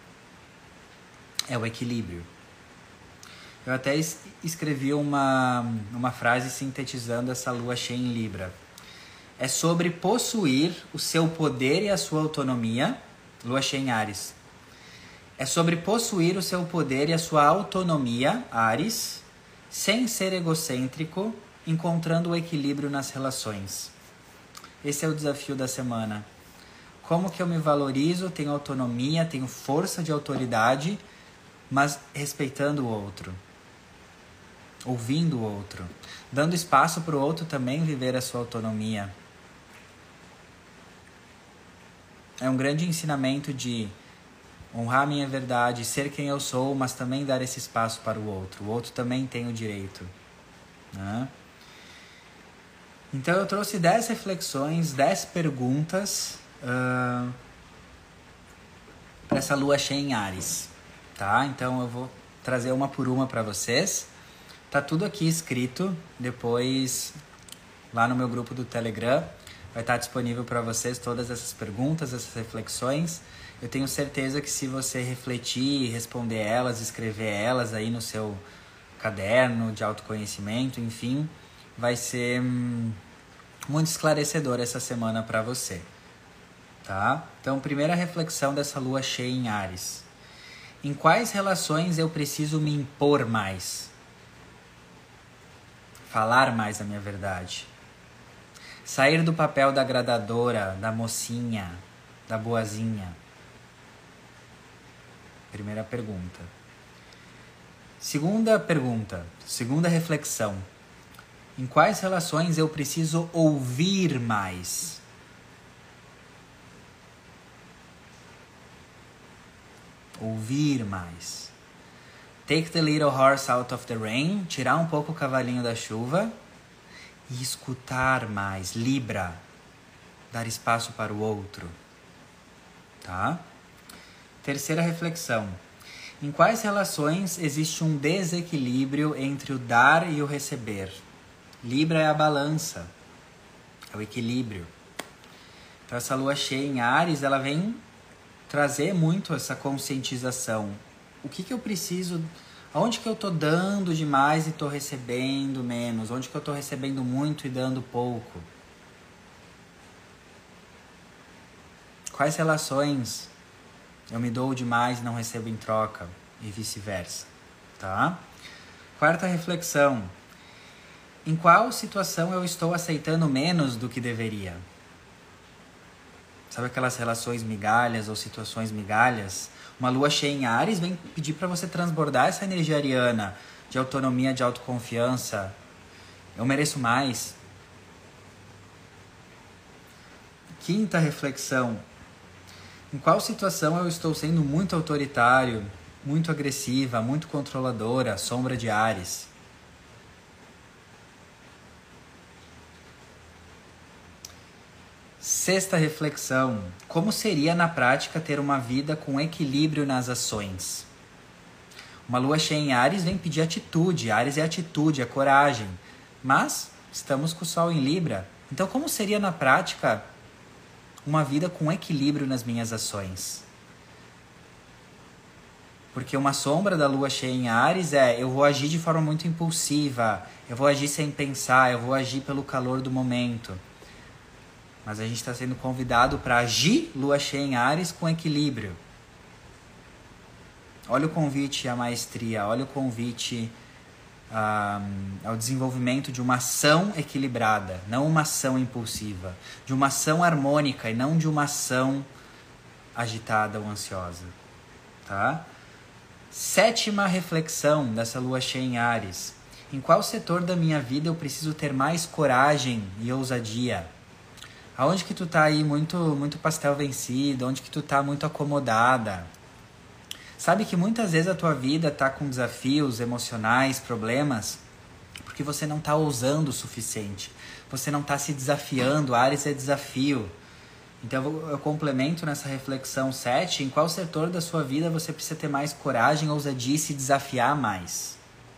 É o equilíbrio. Eu até escrevi uma frase sintetizando essa lua cheia em Libra. É sobre possuir o seu poder e a sua autonomia, lua cheia em Áries. É sobre possuir o seu poder e a sua autonomia, Áries, sem ser egocêntrico, encontrando o equilíbrio nas relações. Esse é o desafio da semana. Como que eu me valorizo, tenho autonomia, tenho força de autoridade, mas respeitando o outro, ouvindo o outro, dando espaço para o outro também viver a sua autonomia. É um grande ensinamento de honrar minha verdade, ser quem eu sou, mas também dar esse espaço para o outro. O outro também tem o direito, né? Então eu trouxe 10 reflexões, 10 perguntas para essa lua cheia em Áries, tá? Então eu vou trazer uma por uma para vocês. Tá tudo aqui escrito, depois lá no meu grupo do Telegram vai estar disponível para vocês todas essas perguntas, essas reflexões. Eu tenho certeza que se você refletir, responder elas, escrever elas aí no seu caderno de autoconhecimento, enfim, vai ser muito esclarecedor essa semana para você, tá? Então, primeira reflexão dessa lua cheia em Áries. Em quais relações eu preciso me impor mais? Falar mais a minha verdade. Sair do papel da agradadora, da mocinha, da boazinha. Primeira pergunta. Segunda pergunta, segunda reflexão. Em quais relações eu preciso ouvir mais? Ouvir mais. Take the little horse out of the rain. Tirar um pouco o cavalinho da chuva. E escutar mais. Libra. Dar espaço para o outro. Tá? Terceira reflexão. Em quais relações existe um desequilíbrio entre o dar e o receber? Libra é a balança, é o equilíbrio. Então essa lua cheia em Áries, ela vem trazer muito essa conscientização. O que eu preciso, aonde que eu tô dando demais e tô recebendo menos? Onde que eu tô recebendo muito e dando pouco? quais relações eu me dou demais e não recebo em troca, e vice-versa, tá? Quarta reflexão. Em qual situação eu estou aceitando menos do que deveria? Sabe aquelas relações migalhas ou situações migalhas? Uma lua cheia em Áries vem pedir para você transbordar essa energia ariana de autonomia, de autoconfiança. Eu mereço mais. Quinta reflexão. Em qual situação eu estou sendo muito autoritário, muito agressiva, muito controladora, sombra de Áries? Sexta reflexão. Como seria na prática ter uma vida com equilíbrio nas ações? Uma lua cheia em Áries vem pedir atitude. Áries é atitude, é coragem. Mas estamos com o Sol em Libra. Então como seria na prática uma vida com equilíbrio nas minhas ações? Porque uma sombra da lua cheia em Áries eu vou agir de forma muito impulsiva, eu vou agir sem pensar, eu vou agir pelo calor do momento. Mas a gente está sendo convidado para agir lua cheia em Áries com equilíbrio. Olha o convite à maestria, olha o convite ao desenvolvimento de uma ação equilibrada, não uma ação impulsiva, de uma ação harmônica e não de uma ação agitada ou ansiosa, tá? Sétima reflexão dessa lua cheia em Áries. Em qual setor da minha vida eu preciso ter mais coragem e ousadia? Aonde que tu tá aí muito pastel vencido? Onde que tu tá muito acomodada? Sabe que muitas vezes a tua vida tá com desafios emocionais, problemas, porque você não tá ousando o suficiente. Você não tá se desafiando. Áries é desafio. Então eu complemento nessa reflexão 7. Em qual setor da sua vida você precisa ter mais coragem, ousadia e se desafiar mais?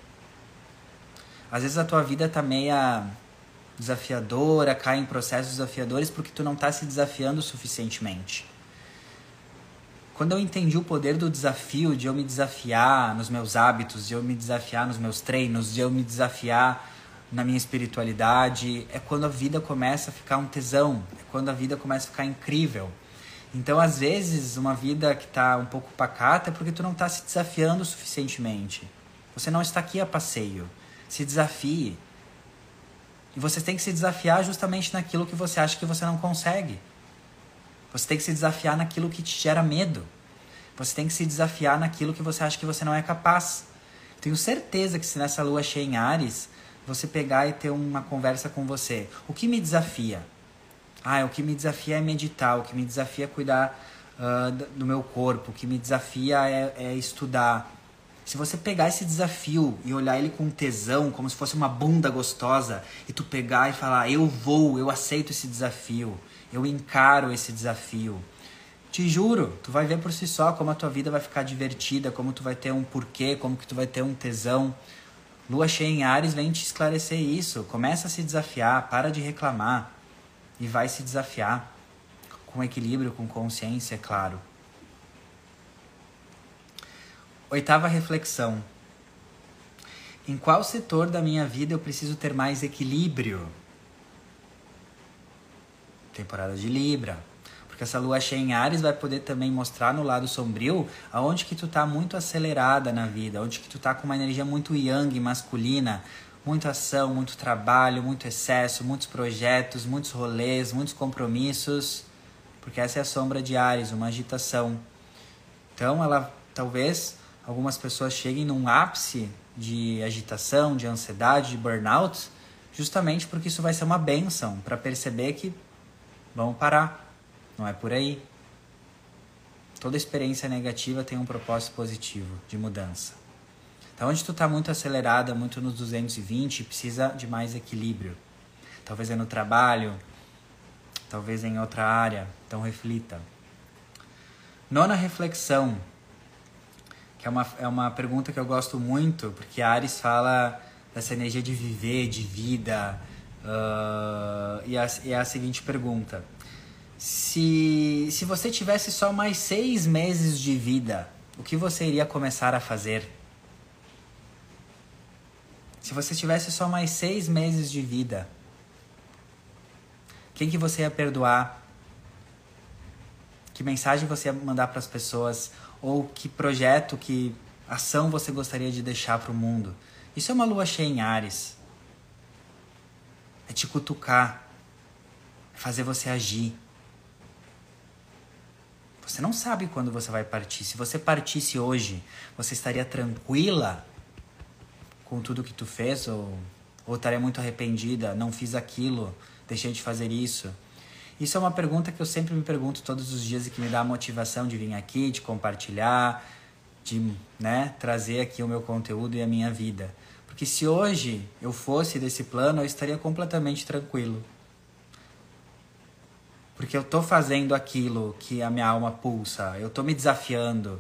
Às vezes a tua vida tá meia desafiadora, cai em processos desafiadores porque tu não tá se desafiando suficientemente. Quando eu entendi o poder do desafio, de eu me desafiar nos meus hábitos, de eu me desafiar nos meus treinos, de eu me desafiar na minha espiritualidade, é quando a vida começa a ficar um tesão, é quando a vida começa a ficar incrível. Então, às vezes, uma vida que tá um pouco pacata é porque tu não tá se desafiando suficientemente. Você não está aqui a passeio. Se desafie. E você tem que se desafiar justamente naquilo que você acha que você não consegue. Você tem que se desafiar naquilo que te gera medo. Você tem que se desafiar naquilo que você acha que você não é capaz. Tenho certeza que se nessa lua cheia em Áries, você pegar e ter uma conversa com você. O que me desafia? O que me desafia é meditar. O que me desafia é cuidar do meu corpo. O que me desafia é estudar. Se você pegar esse desafio e olhar ele com tesão, como se fosse uma bunda gostosa, e tu pegar e falar, eu aceito esse desafio, eu encaro esse desafio. Te juro, tu vai ver por si só como a tua vida vai ficar divertida, como tu vai ter um porquê, como que tu vai ter um tesão. Lua cheia em Áries vem te esclarecer isso. Começa a se desafiar, para de reclamar e vai se desafiar com equilíbrio, com consciência, é claro. Oitava reflexão. Em qual setor da minha vida eu preciso ter mais equilíbrio? Temporada de Libra. Porque essa lua cheia em Áries vai poder também mostrar no lado sombrio aonde que tu tá muito acelerada na vida, onde que tu tá com uma energia muito yang, masculina, muita ação, muito trabalho, muito excesso, muitos projetos, muitos rolês, muitos compromissos. Porque essa é a sombra de Áries, uma agitação. Então ela talvez algumas pessoas cheguem num ápice de agitação, de ansiedade, de burnout, justamente porque isso vai ser uma bênção para perceber que vamos parar, não é por aí. Toda experiência negativa tem um propósito positivo de mudança. Então, onde tu tá muito acelerada, muito nos 220, precisa de mais equilíbrio. Talvez é no trabalho, talvez em outra área, então reflita. Nona reflexão. Que é uma pergunta que eu gosto muito, porque Áries fala dessa energia de viver, de vida. E é a seguinte pergunta. Se você tivesse só mais 6 meses de vida, o que você iria começar a fazer? Se você tivesse só mais 6 meses de vida, quem que você ia perdoar? Que mensagem você ia mandar para as pessoas? Ou que projeto, que ação você gostaria de deixar para o mundo? Isso é uma lua cheia em Áries. É te cutucar. É fazer você agir. Você não sabe quando você vai partir. Se você partisse hoje, você estaria tranquila com tudo que tu fez? Ou estaria muito arrependida? Não fiz aquilo, deixei de fazer isso? Isso é uma pergunta que eu sempre me pergunto todos os dias e que me dá a motivação de vir aqui, de compartilhar, de, né, trazer aqui o meu conteúdo e a minha vida. Porque se hoje eu fosse desse plano, eu estaria completamente tranquilo. Porque eu tô fazendo aquilo que a minha alma pulsa, eu tô me desafiando.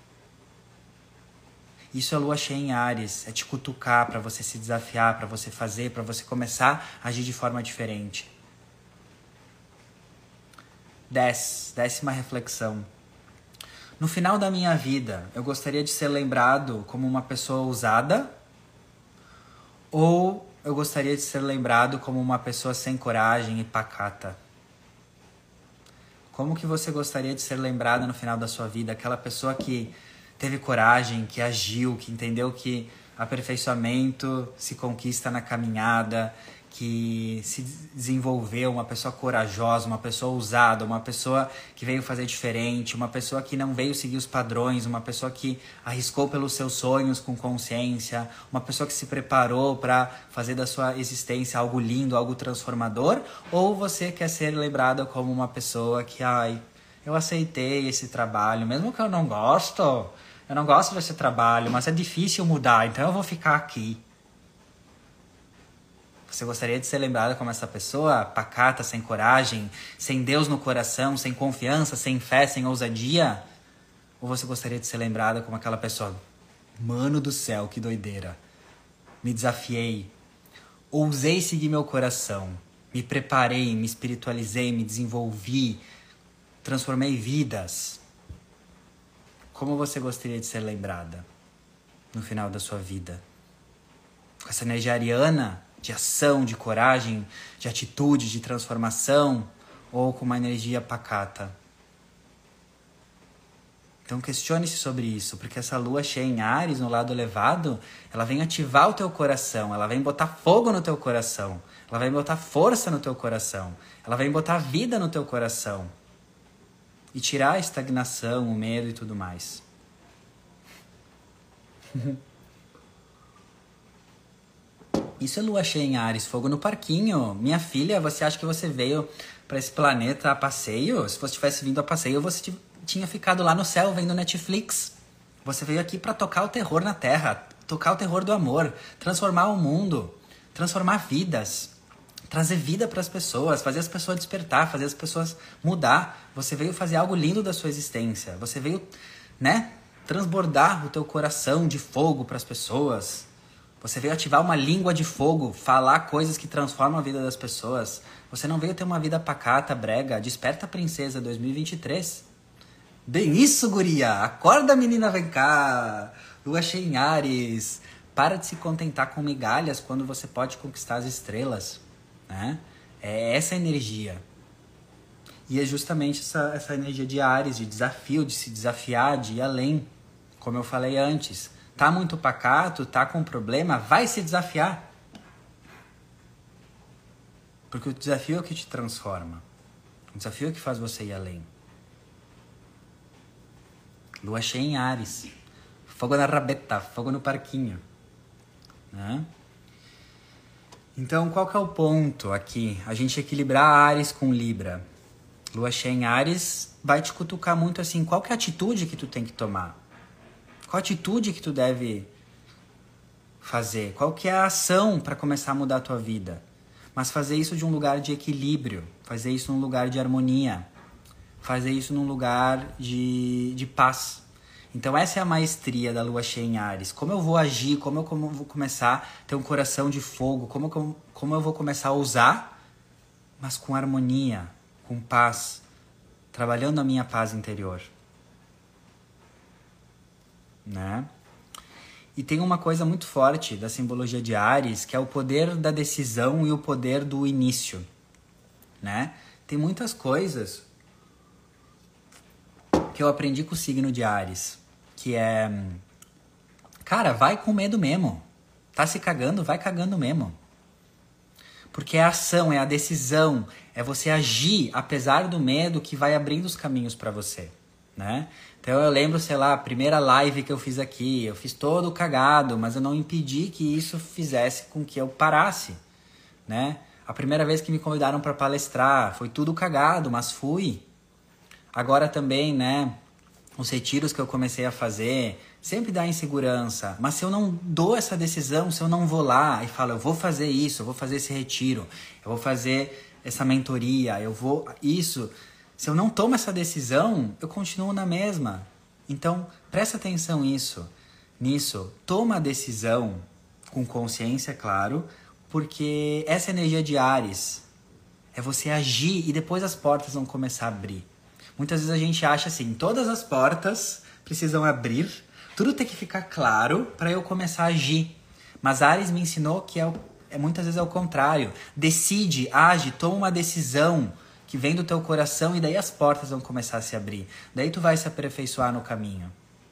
Isso é lua cheia em Áries, é te cutucar para você se desafiar, para você fazer, para você começar a agir de forma diferente. 10ª reflexão. No final da minha vida, eu gostaria de ser lembrado como uma pessoa ousada ou eu gostaria de ser lembrado como uma pessoa sem coragem e pacata? Como que você gostaria de ser lembrado no final da sua vida? Aquela pessoa que teve coragem, que agiu, que entendeu que aperfeiçoamento se conquista na caminhada, que se desenvolveu, uma pessoa corajosa, uma pessoa ousada, uma pessoa que veio fazer diferente, uma pessoa que não veio seguir os padrões, uma pessoa que arriscou pelos seus sonhos com consciência, uma pessoa que se preparou para fazer da sua existência algo lindo, algo transformador, ou você quer ser lembrada como uma pessoa que, eu aceitei esse trabalho, mesmo que eu não gosto desse trabalho, mas é difícil mudar, então eu vou ficar aqui. Você gostaria de ser lembrada como essa pessoa pacata, sem coragem, sem Deus no coração, sem confiança, sem fé, sem ousadia? Ou você gostaria de ser lembrada como aquela pessoa, mano do céu, que doideira, me desafiei, ousei seguir meu coração, me preparei, me espiritualizei, me desenvolvi, transformei vidas? Como você gostaria de ser lembrada no final da sua vida? Com essa energia ariana de ação, de coragem, de atitude, de transformação, ou com uma energia pacata? Então questione-se sobre isso, porque essa lua cheia em Áries, no lado elevado, ela vem ativar o teu coração, ela vem botar fogo no teu coração, ela vem botar força no teu coração, ela vem botar vida no teu coração e tirar a estagnação, o medo e tudo mais. Isso é lua cheia em Áries, fogo no parquinho. Minha filha, você acha que você veio para esse planeta a passeio? Se você tivesse vindo a passeio, você tinha ficado lá no céu vendo Netflix. Você veio aqui para tocar o terror na Terra, tocar o terror do amor, transformar o mundo, transformar vidas, trazer vida para as pessoas, fazer as pessoas despertar, fazer as pessoas mudar. Você veio fazer algo lindo da sua existência. Você veio, transbordar o teu coração de fogo para as pessoas. Você veio ativar uma língua de fogo, falar coisas que transformam a vida das pessoas. Você não veio ter uma vida pacata, brega. Desperta, princesa, 2023. Bem isso, guria. Acorda, menina, vem cá. Lua cheia em Áries. Para de se contentar com migalhas quando você pode conquistar as estrelas. Né? É essa energia. E é justamente essa energia de Áries, de desafio, de se desafiar, de ir além. Como eu falei antes. Tá muito pacato, tá com problema, vai se desafiar. Porque o desafio é o que te transforma. O desafio é o que faz você ir além. Lua cheia em Áries. Fogo na rabeta, fogo no parquinho. Né? Então, qual que é o ponto aqui? A gente equilibrar Áries com Libra. Lua cheia em Áries vai te cutucar muito assim. Qual que é a atitude que tu tem que tomar? Qual a atitude que tu deve fazer? Qual que é a ação para começar a mudar a tua vida? Mas fazer isso de um lugar de equilíbrio. Fazer isso num lugar de harmonia. Fazer isso num lugar de paz. Então essa é a maestria da lua cheia em Áries. Como eu vou agir, como eu vou começar a ter um coração de fogo, como eu vou começar a ousar, mas com harmonia, com paz, trabalhando a minha paz interior. Né? E tem uma coisa muito forte da simbologia de Áries, que é o poder da decisão e o poder do início. Né? Tem muitas coisas que eu aprendi com o signo de Áries, que é... Cara, vai com medo mesmo. Tá se cagando, vai cagando mesmo. Porque é a ação, é a decisão, é você agir apesar do medo que vai abrindo os caminhos pra você, né? Então eu lembro, sei lá, a primeira live que eu fiz aqui, eu fiz todo cagado, mas eu não impedi que isso fizesse com que eu parasse, né? A primeira vez que me convidaram pra palestrar, foi tudo cagado, mas fui. Agora também, né, os retiros que eu comecei a fazer, sempre dá insegurança. Mas se eu não dou essa decisão, se eu não vou lá e falo, eu vou fazer isso, eu vou fazer esse retiro, eu vou fazer essa mentoria, eu vou... Isso... Se eu não tomo essa decisão, eu continuo na mesma. Então, presta atenção nisso. Toma a decisão com consciência, claro, porque essa energia de Áries é você agir e depois as portas vão começar a abrir. Muitas vezes a gente acha assim, todas as portas precisam abrir, tudo tem que ficar claro para eu começar a agir. Mas Áries me ensinou que muitas vezes é o contrário. Decide, age, toma uma decisão que vem do teu coração e daí as portas vão começar a se abrir. Daí tu vai se aperfeiçoar no caminho.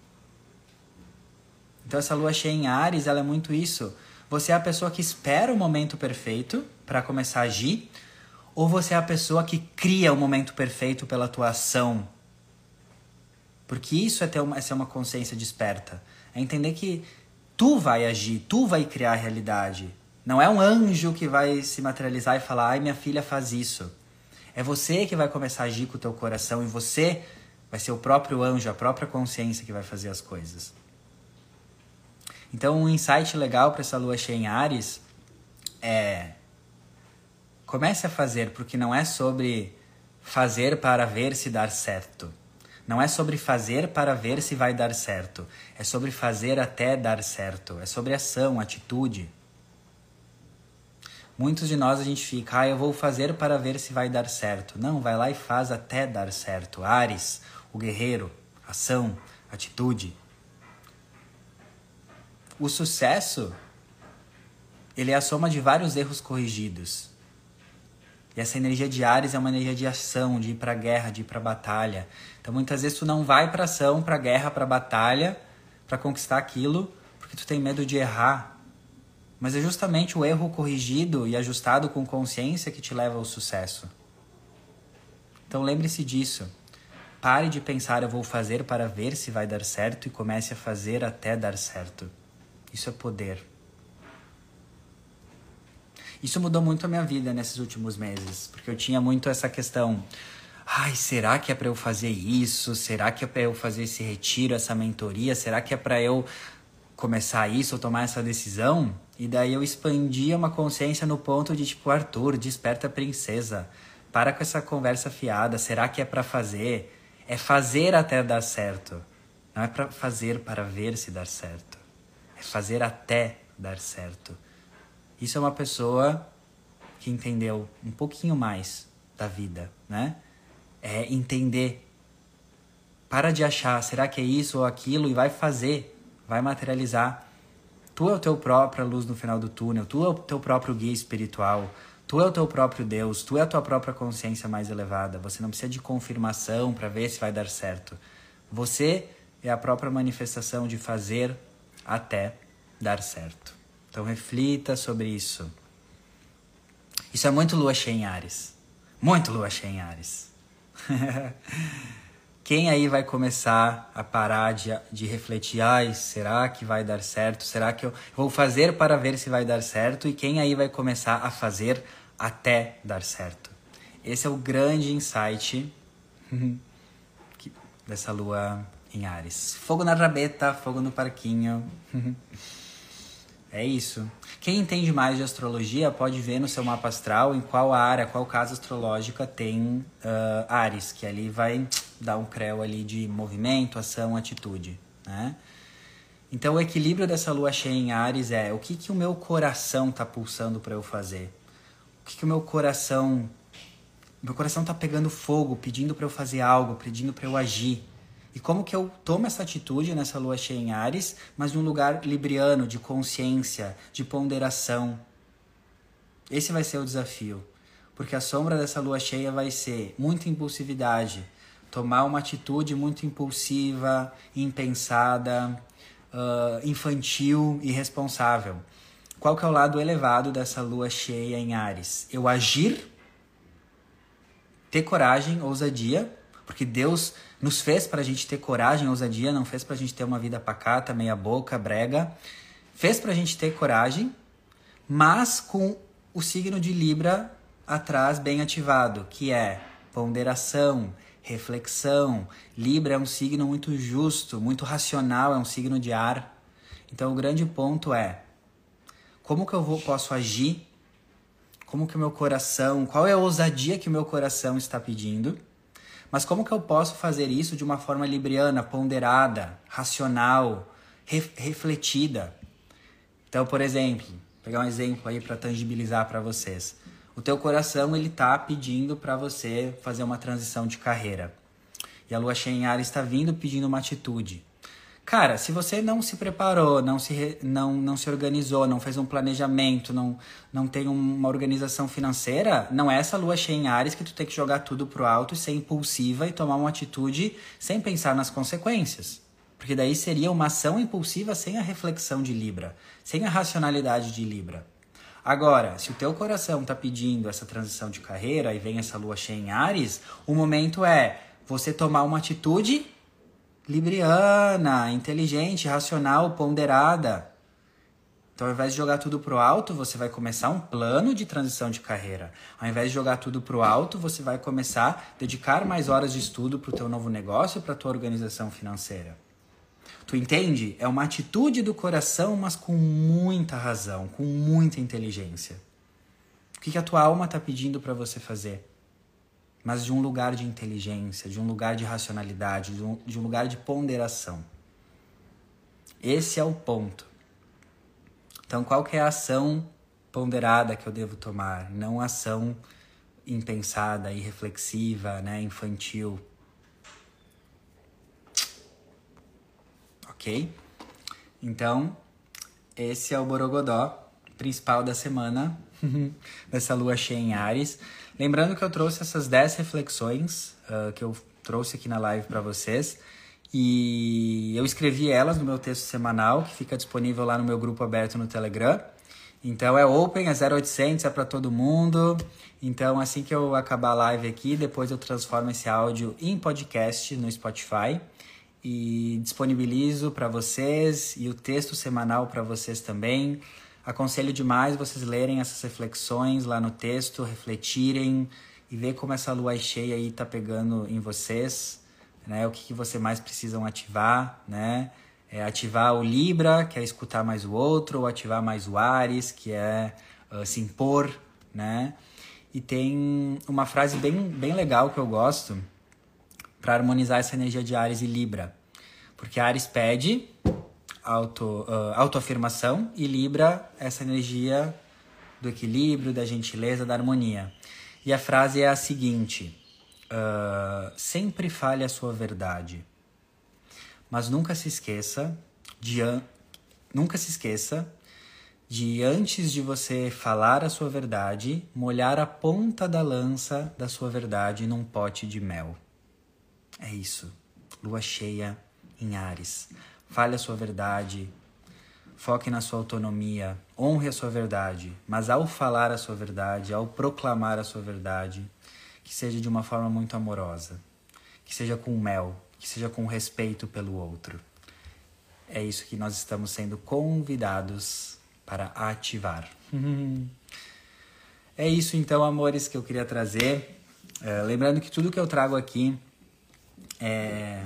Então essa lua cheia em Áries, ela é muito isso. Você é a pessoa que espera o momento perfeito para começar a agir, ou você é a pessoa que cria o momento perfeito pela tua ação? Porque isso é ser uma consciência desperta. É entender que tu vai agir, tu vai criar a realidade. Não é um anjo que vai se materializar e falar, ai, minha filha faz isso. É você que vai começar a agir com o teu coração e você vai ser o próprio anjo, a própria consciência que vai fazer as coisas. Então, um insight legal para essa lua cheia em Áries é... Comece a fazer, porque não é sobre fazer para ver se dá certo. Não é sobre fazer para ver se vai dar certo. É sobre fazer até dar certo. É sobre ação, atitude. Muitos de nós a gente fica, eu vou fazer para ver se vai dar certo. Não, vai lá e faz até dar certo. Áries, o guerreiro, ação, atitude. O sucesso, ele é a soma de vários erros corrigidos. E essa energia de Áries é uma energia de ação, de ir pra guerra, de ir pra batalha. Então muitas vezes tu não vai pra ação, pra guerra, pra batalha, pra conquistar aquilo, porque tu tem medo de errar. Mas é justamente o erro corrigido e ajustado com consciência que te leva ao sucesso. Então lembre-se disso. Pare de pensar, eu vou fazer para ver se vai dar certo, e comece a fazer até dar certo. Isso é poder. Isso mudou muito a minha vida nesses últimos meses, porque eu tinha muito essa questão, será que é para eu fazer isso? Será que é para eu fazer esse retiro, essa mentoria? Será que é para eu começar isso ou tomar essa decisão? E daí eu expandia uma consciência no ponto de tipo, Arthur, desperta princesa, para com essa conversa fiada, será que é para fazer? É fazer até dar certo, não é para fazer para ver se dar certo, é fazer até dar certo. Isso é uma pessoa que entendeu um pouquinho mais da vida, né? É entender. Para de achar, será que é isso ou aquilo? E vai fazer, vai materializar. Tu é o teu própria luz no final do túnel, tu é o teu próprio guia espiritual, tu é o teu próprio Deus, tu é a tua própria consciência mais elevada. Você não precisa de confirmação para ver se vai dar certo. Você é a própria manifestação de fazer até dar certo. Então reflita sobre isso. Isso é muito lua cheia em Áries. Muito lua cheia em Áries. Quem aí vai começar a parar de refletir? Será que vai dar certo? Será que eu vou fazer para ver se vai dar certo? E quem aí vai começar a fazer até dar certo? Esse é o grande insight dessa lua em Áries. Fogo na rabeta, fogo no parquinho. É isso. Quem entende mais de astrologia pode ver no seu mapa astral em qual área, qual casa astrológica tem Áries, que ali vai dar um creu ali de movimento, ação, atitude, né? Então o equilíbrio dessa lua cheia em Áries é o que o meu coração está pulsando para eu fazer? O que o meu coração está pegando fogo, pedindo para eu fazer algo, pedindo para eu agir? E como que eu tomo essa atitude nessa lua cheia em Áries, mas num lugar libriano, de consciência, de ponderação? Esse vai ser o desafio. Porque a sombra dessa lua cheia vai ser muita impulsividade, tomar uma atitude muito impulsiva, impensada, infantil, irresponsável. Qual que é o lado elevado dessa lua cheia em Áries? Eu agir, ter coragem, ousadia, porque Deus nos fez para a gente ter coragem, ousadia, não fez para a gente ter uma vida pacata, meia boca, brega. Fez para a gente ter coragem, mas com o signo de Libra atrás bem ativado, que é ponderação, reflexão. Libra é um signo muito justo, muito racional, é um signo de ar. Então o grande ponto é, como que eu posso agir? Como que o meu coração, qual é a ousadia que o meu coração está pedindo? Mas como que eu posso fazer isso de uma forma libriana, ponderada, racional, refletida? Então, por exemplo, pegar um exemplo aí para tangibilizar para vocês. O teu coração, ele tá pedindo para você fazer uma transição de carreira. E a lua cheia em Áries está vindo pedindo uma atitude. Cara, se você não se preparou, não se organizou, não fez um planejamento, não tem uma organização financeira, não é essa lua cheia em Áries que tu tem que jogar tudo pro alto e ser impulsiva e tomar uma atitude sem pensar nas consequências. Porque daí seria uma ação impulsiva sem a reflexão de Libra, sem a racionalidade de Libra. Agora, se o teu coração tá pedindo essa transição de carreira e vem essa lua cheia em Áries, o momento é você tomar uma atitude libriana, inteligente, racional, ponderada. Então, ao invés de jogar tudo pro alto, você vai começar um plano de transição de carreira. Ao invés de jogar tudo pro alto, você vai começar a dedicar mais horas de estudo pro teu novo negócio e pra tua organização financeira. Tu entende? É uma atitude do coração, mas com muita razão, com muita inteligência. O que a tua alma tá pedindo para você fazer? Mas de um lugar de inteligência, de um lugar de racionalidade, de um lugar de ponderação. Esse é o ponto. Então, qual que é a ação ponderada que eu devo tomar? Não a ação impensada, irreflexiva, né, infantil. Ok? Então, esse é o Borogodó principal da semana, dessa lua cheia em Áries. Lembrando que eu trouxe essas 10 reflexões que eu trouxe aqui na live para vocês. E eu escrevi elas no meu texto semanal, que fica disponível lá no meu grupo aberto no Telegram. Então é open, é 0800, é para todo mundo. Então assim que eu acabar a live aqui, depois eu transformo esse áudio em podcast no Spotify. E disponibilizo para vocês e o texto semanal para vocês também. Aconselho demais vocês lerem essas reflexões lá no texto, refletirem e ver como essa lua cheia aí tá pegando em vocês, né? O que você mais precisam ativar, né? Ativar o Libra, que é escutar mais o outro, ou ativar mais o Áries, que é se impor, né? E tem uma frase bem legal que eu gosto para harmonizar essa energia de Áries e Libra. Porque Áries pede autoafirmação e Libra essa energia do equilíbrio, da gentileza, da harmonia. E a frase é a seguinte: sempre fale a sua verdade, mas nunca se esqueça de antes de você falar a sua verdade, molhar a ponta da lança da sua verdade num pote de mel. É isso. Lua cheia em Áries. Fale a sua verdade. Foque na sua autonomia. Honre a sua verdade. Mas ao falar a sua verdade, ao proclamar a sua verdade, que seja de uma forma muito amorosa. Que seja com mel. Que seja com respeito pelo outro. É isso que nós estamos sendo convidados para ativar. É isso então, amores, que eu queria trazer. Lembrando que tudo que eu trago aqui é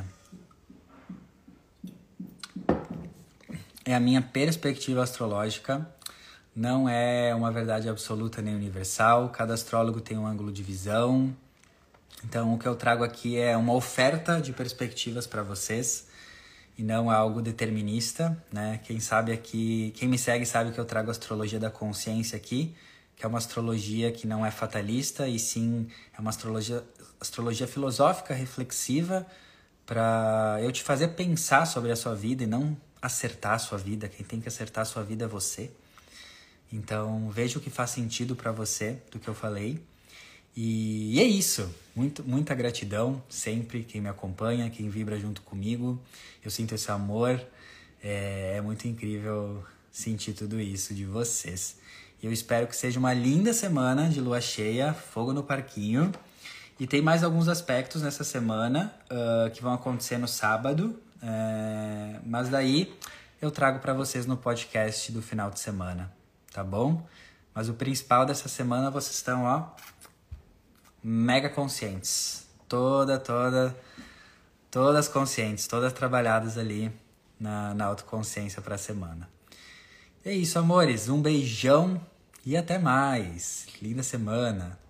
a minha perspectiva astrológica, não é uma verdade absoluta nem universal, cada astrólogo tem um ângulo de visão. Então o que eu trago aqui é uma oferta de perspectivas para vocês e não algo determinista, né? Quem me segue sabe que eu trago a astrologia da consciência aqui, que é uma astrologia que não é fatalista e sim é uma astrologia filosófica, reflexiva, para eu te fazer pensar sobre a sua vida e não acertar a sua vida. Quem tem que acertar a sua vida é você. Então, veja o que faz sentido para você do que eu falei. E é isso. Muita gratidão sempre, quem me acompanha, quem vibra junto comigo. Eu sinto esse amor. É muito incrível sentir tudo isso de vocês. Eu espero que seja uma linda semana de lua cheia, fogo no parquinho. E tem mais alguns aspectos nessa semana que vão acontecer no sábado. Mas daí eu trago para vocês no podcast do final de semana, tá bom? Mas o principal dessa semana, vocês estão, mega conscientes. Todas conscientes, todas trabalhadas ali na autoconsciência para a semana. É isso, amores. Um beijão e até mais. Linda semana.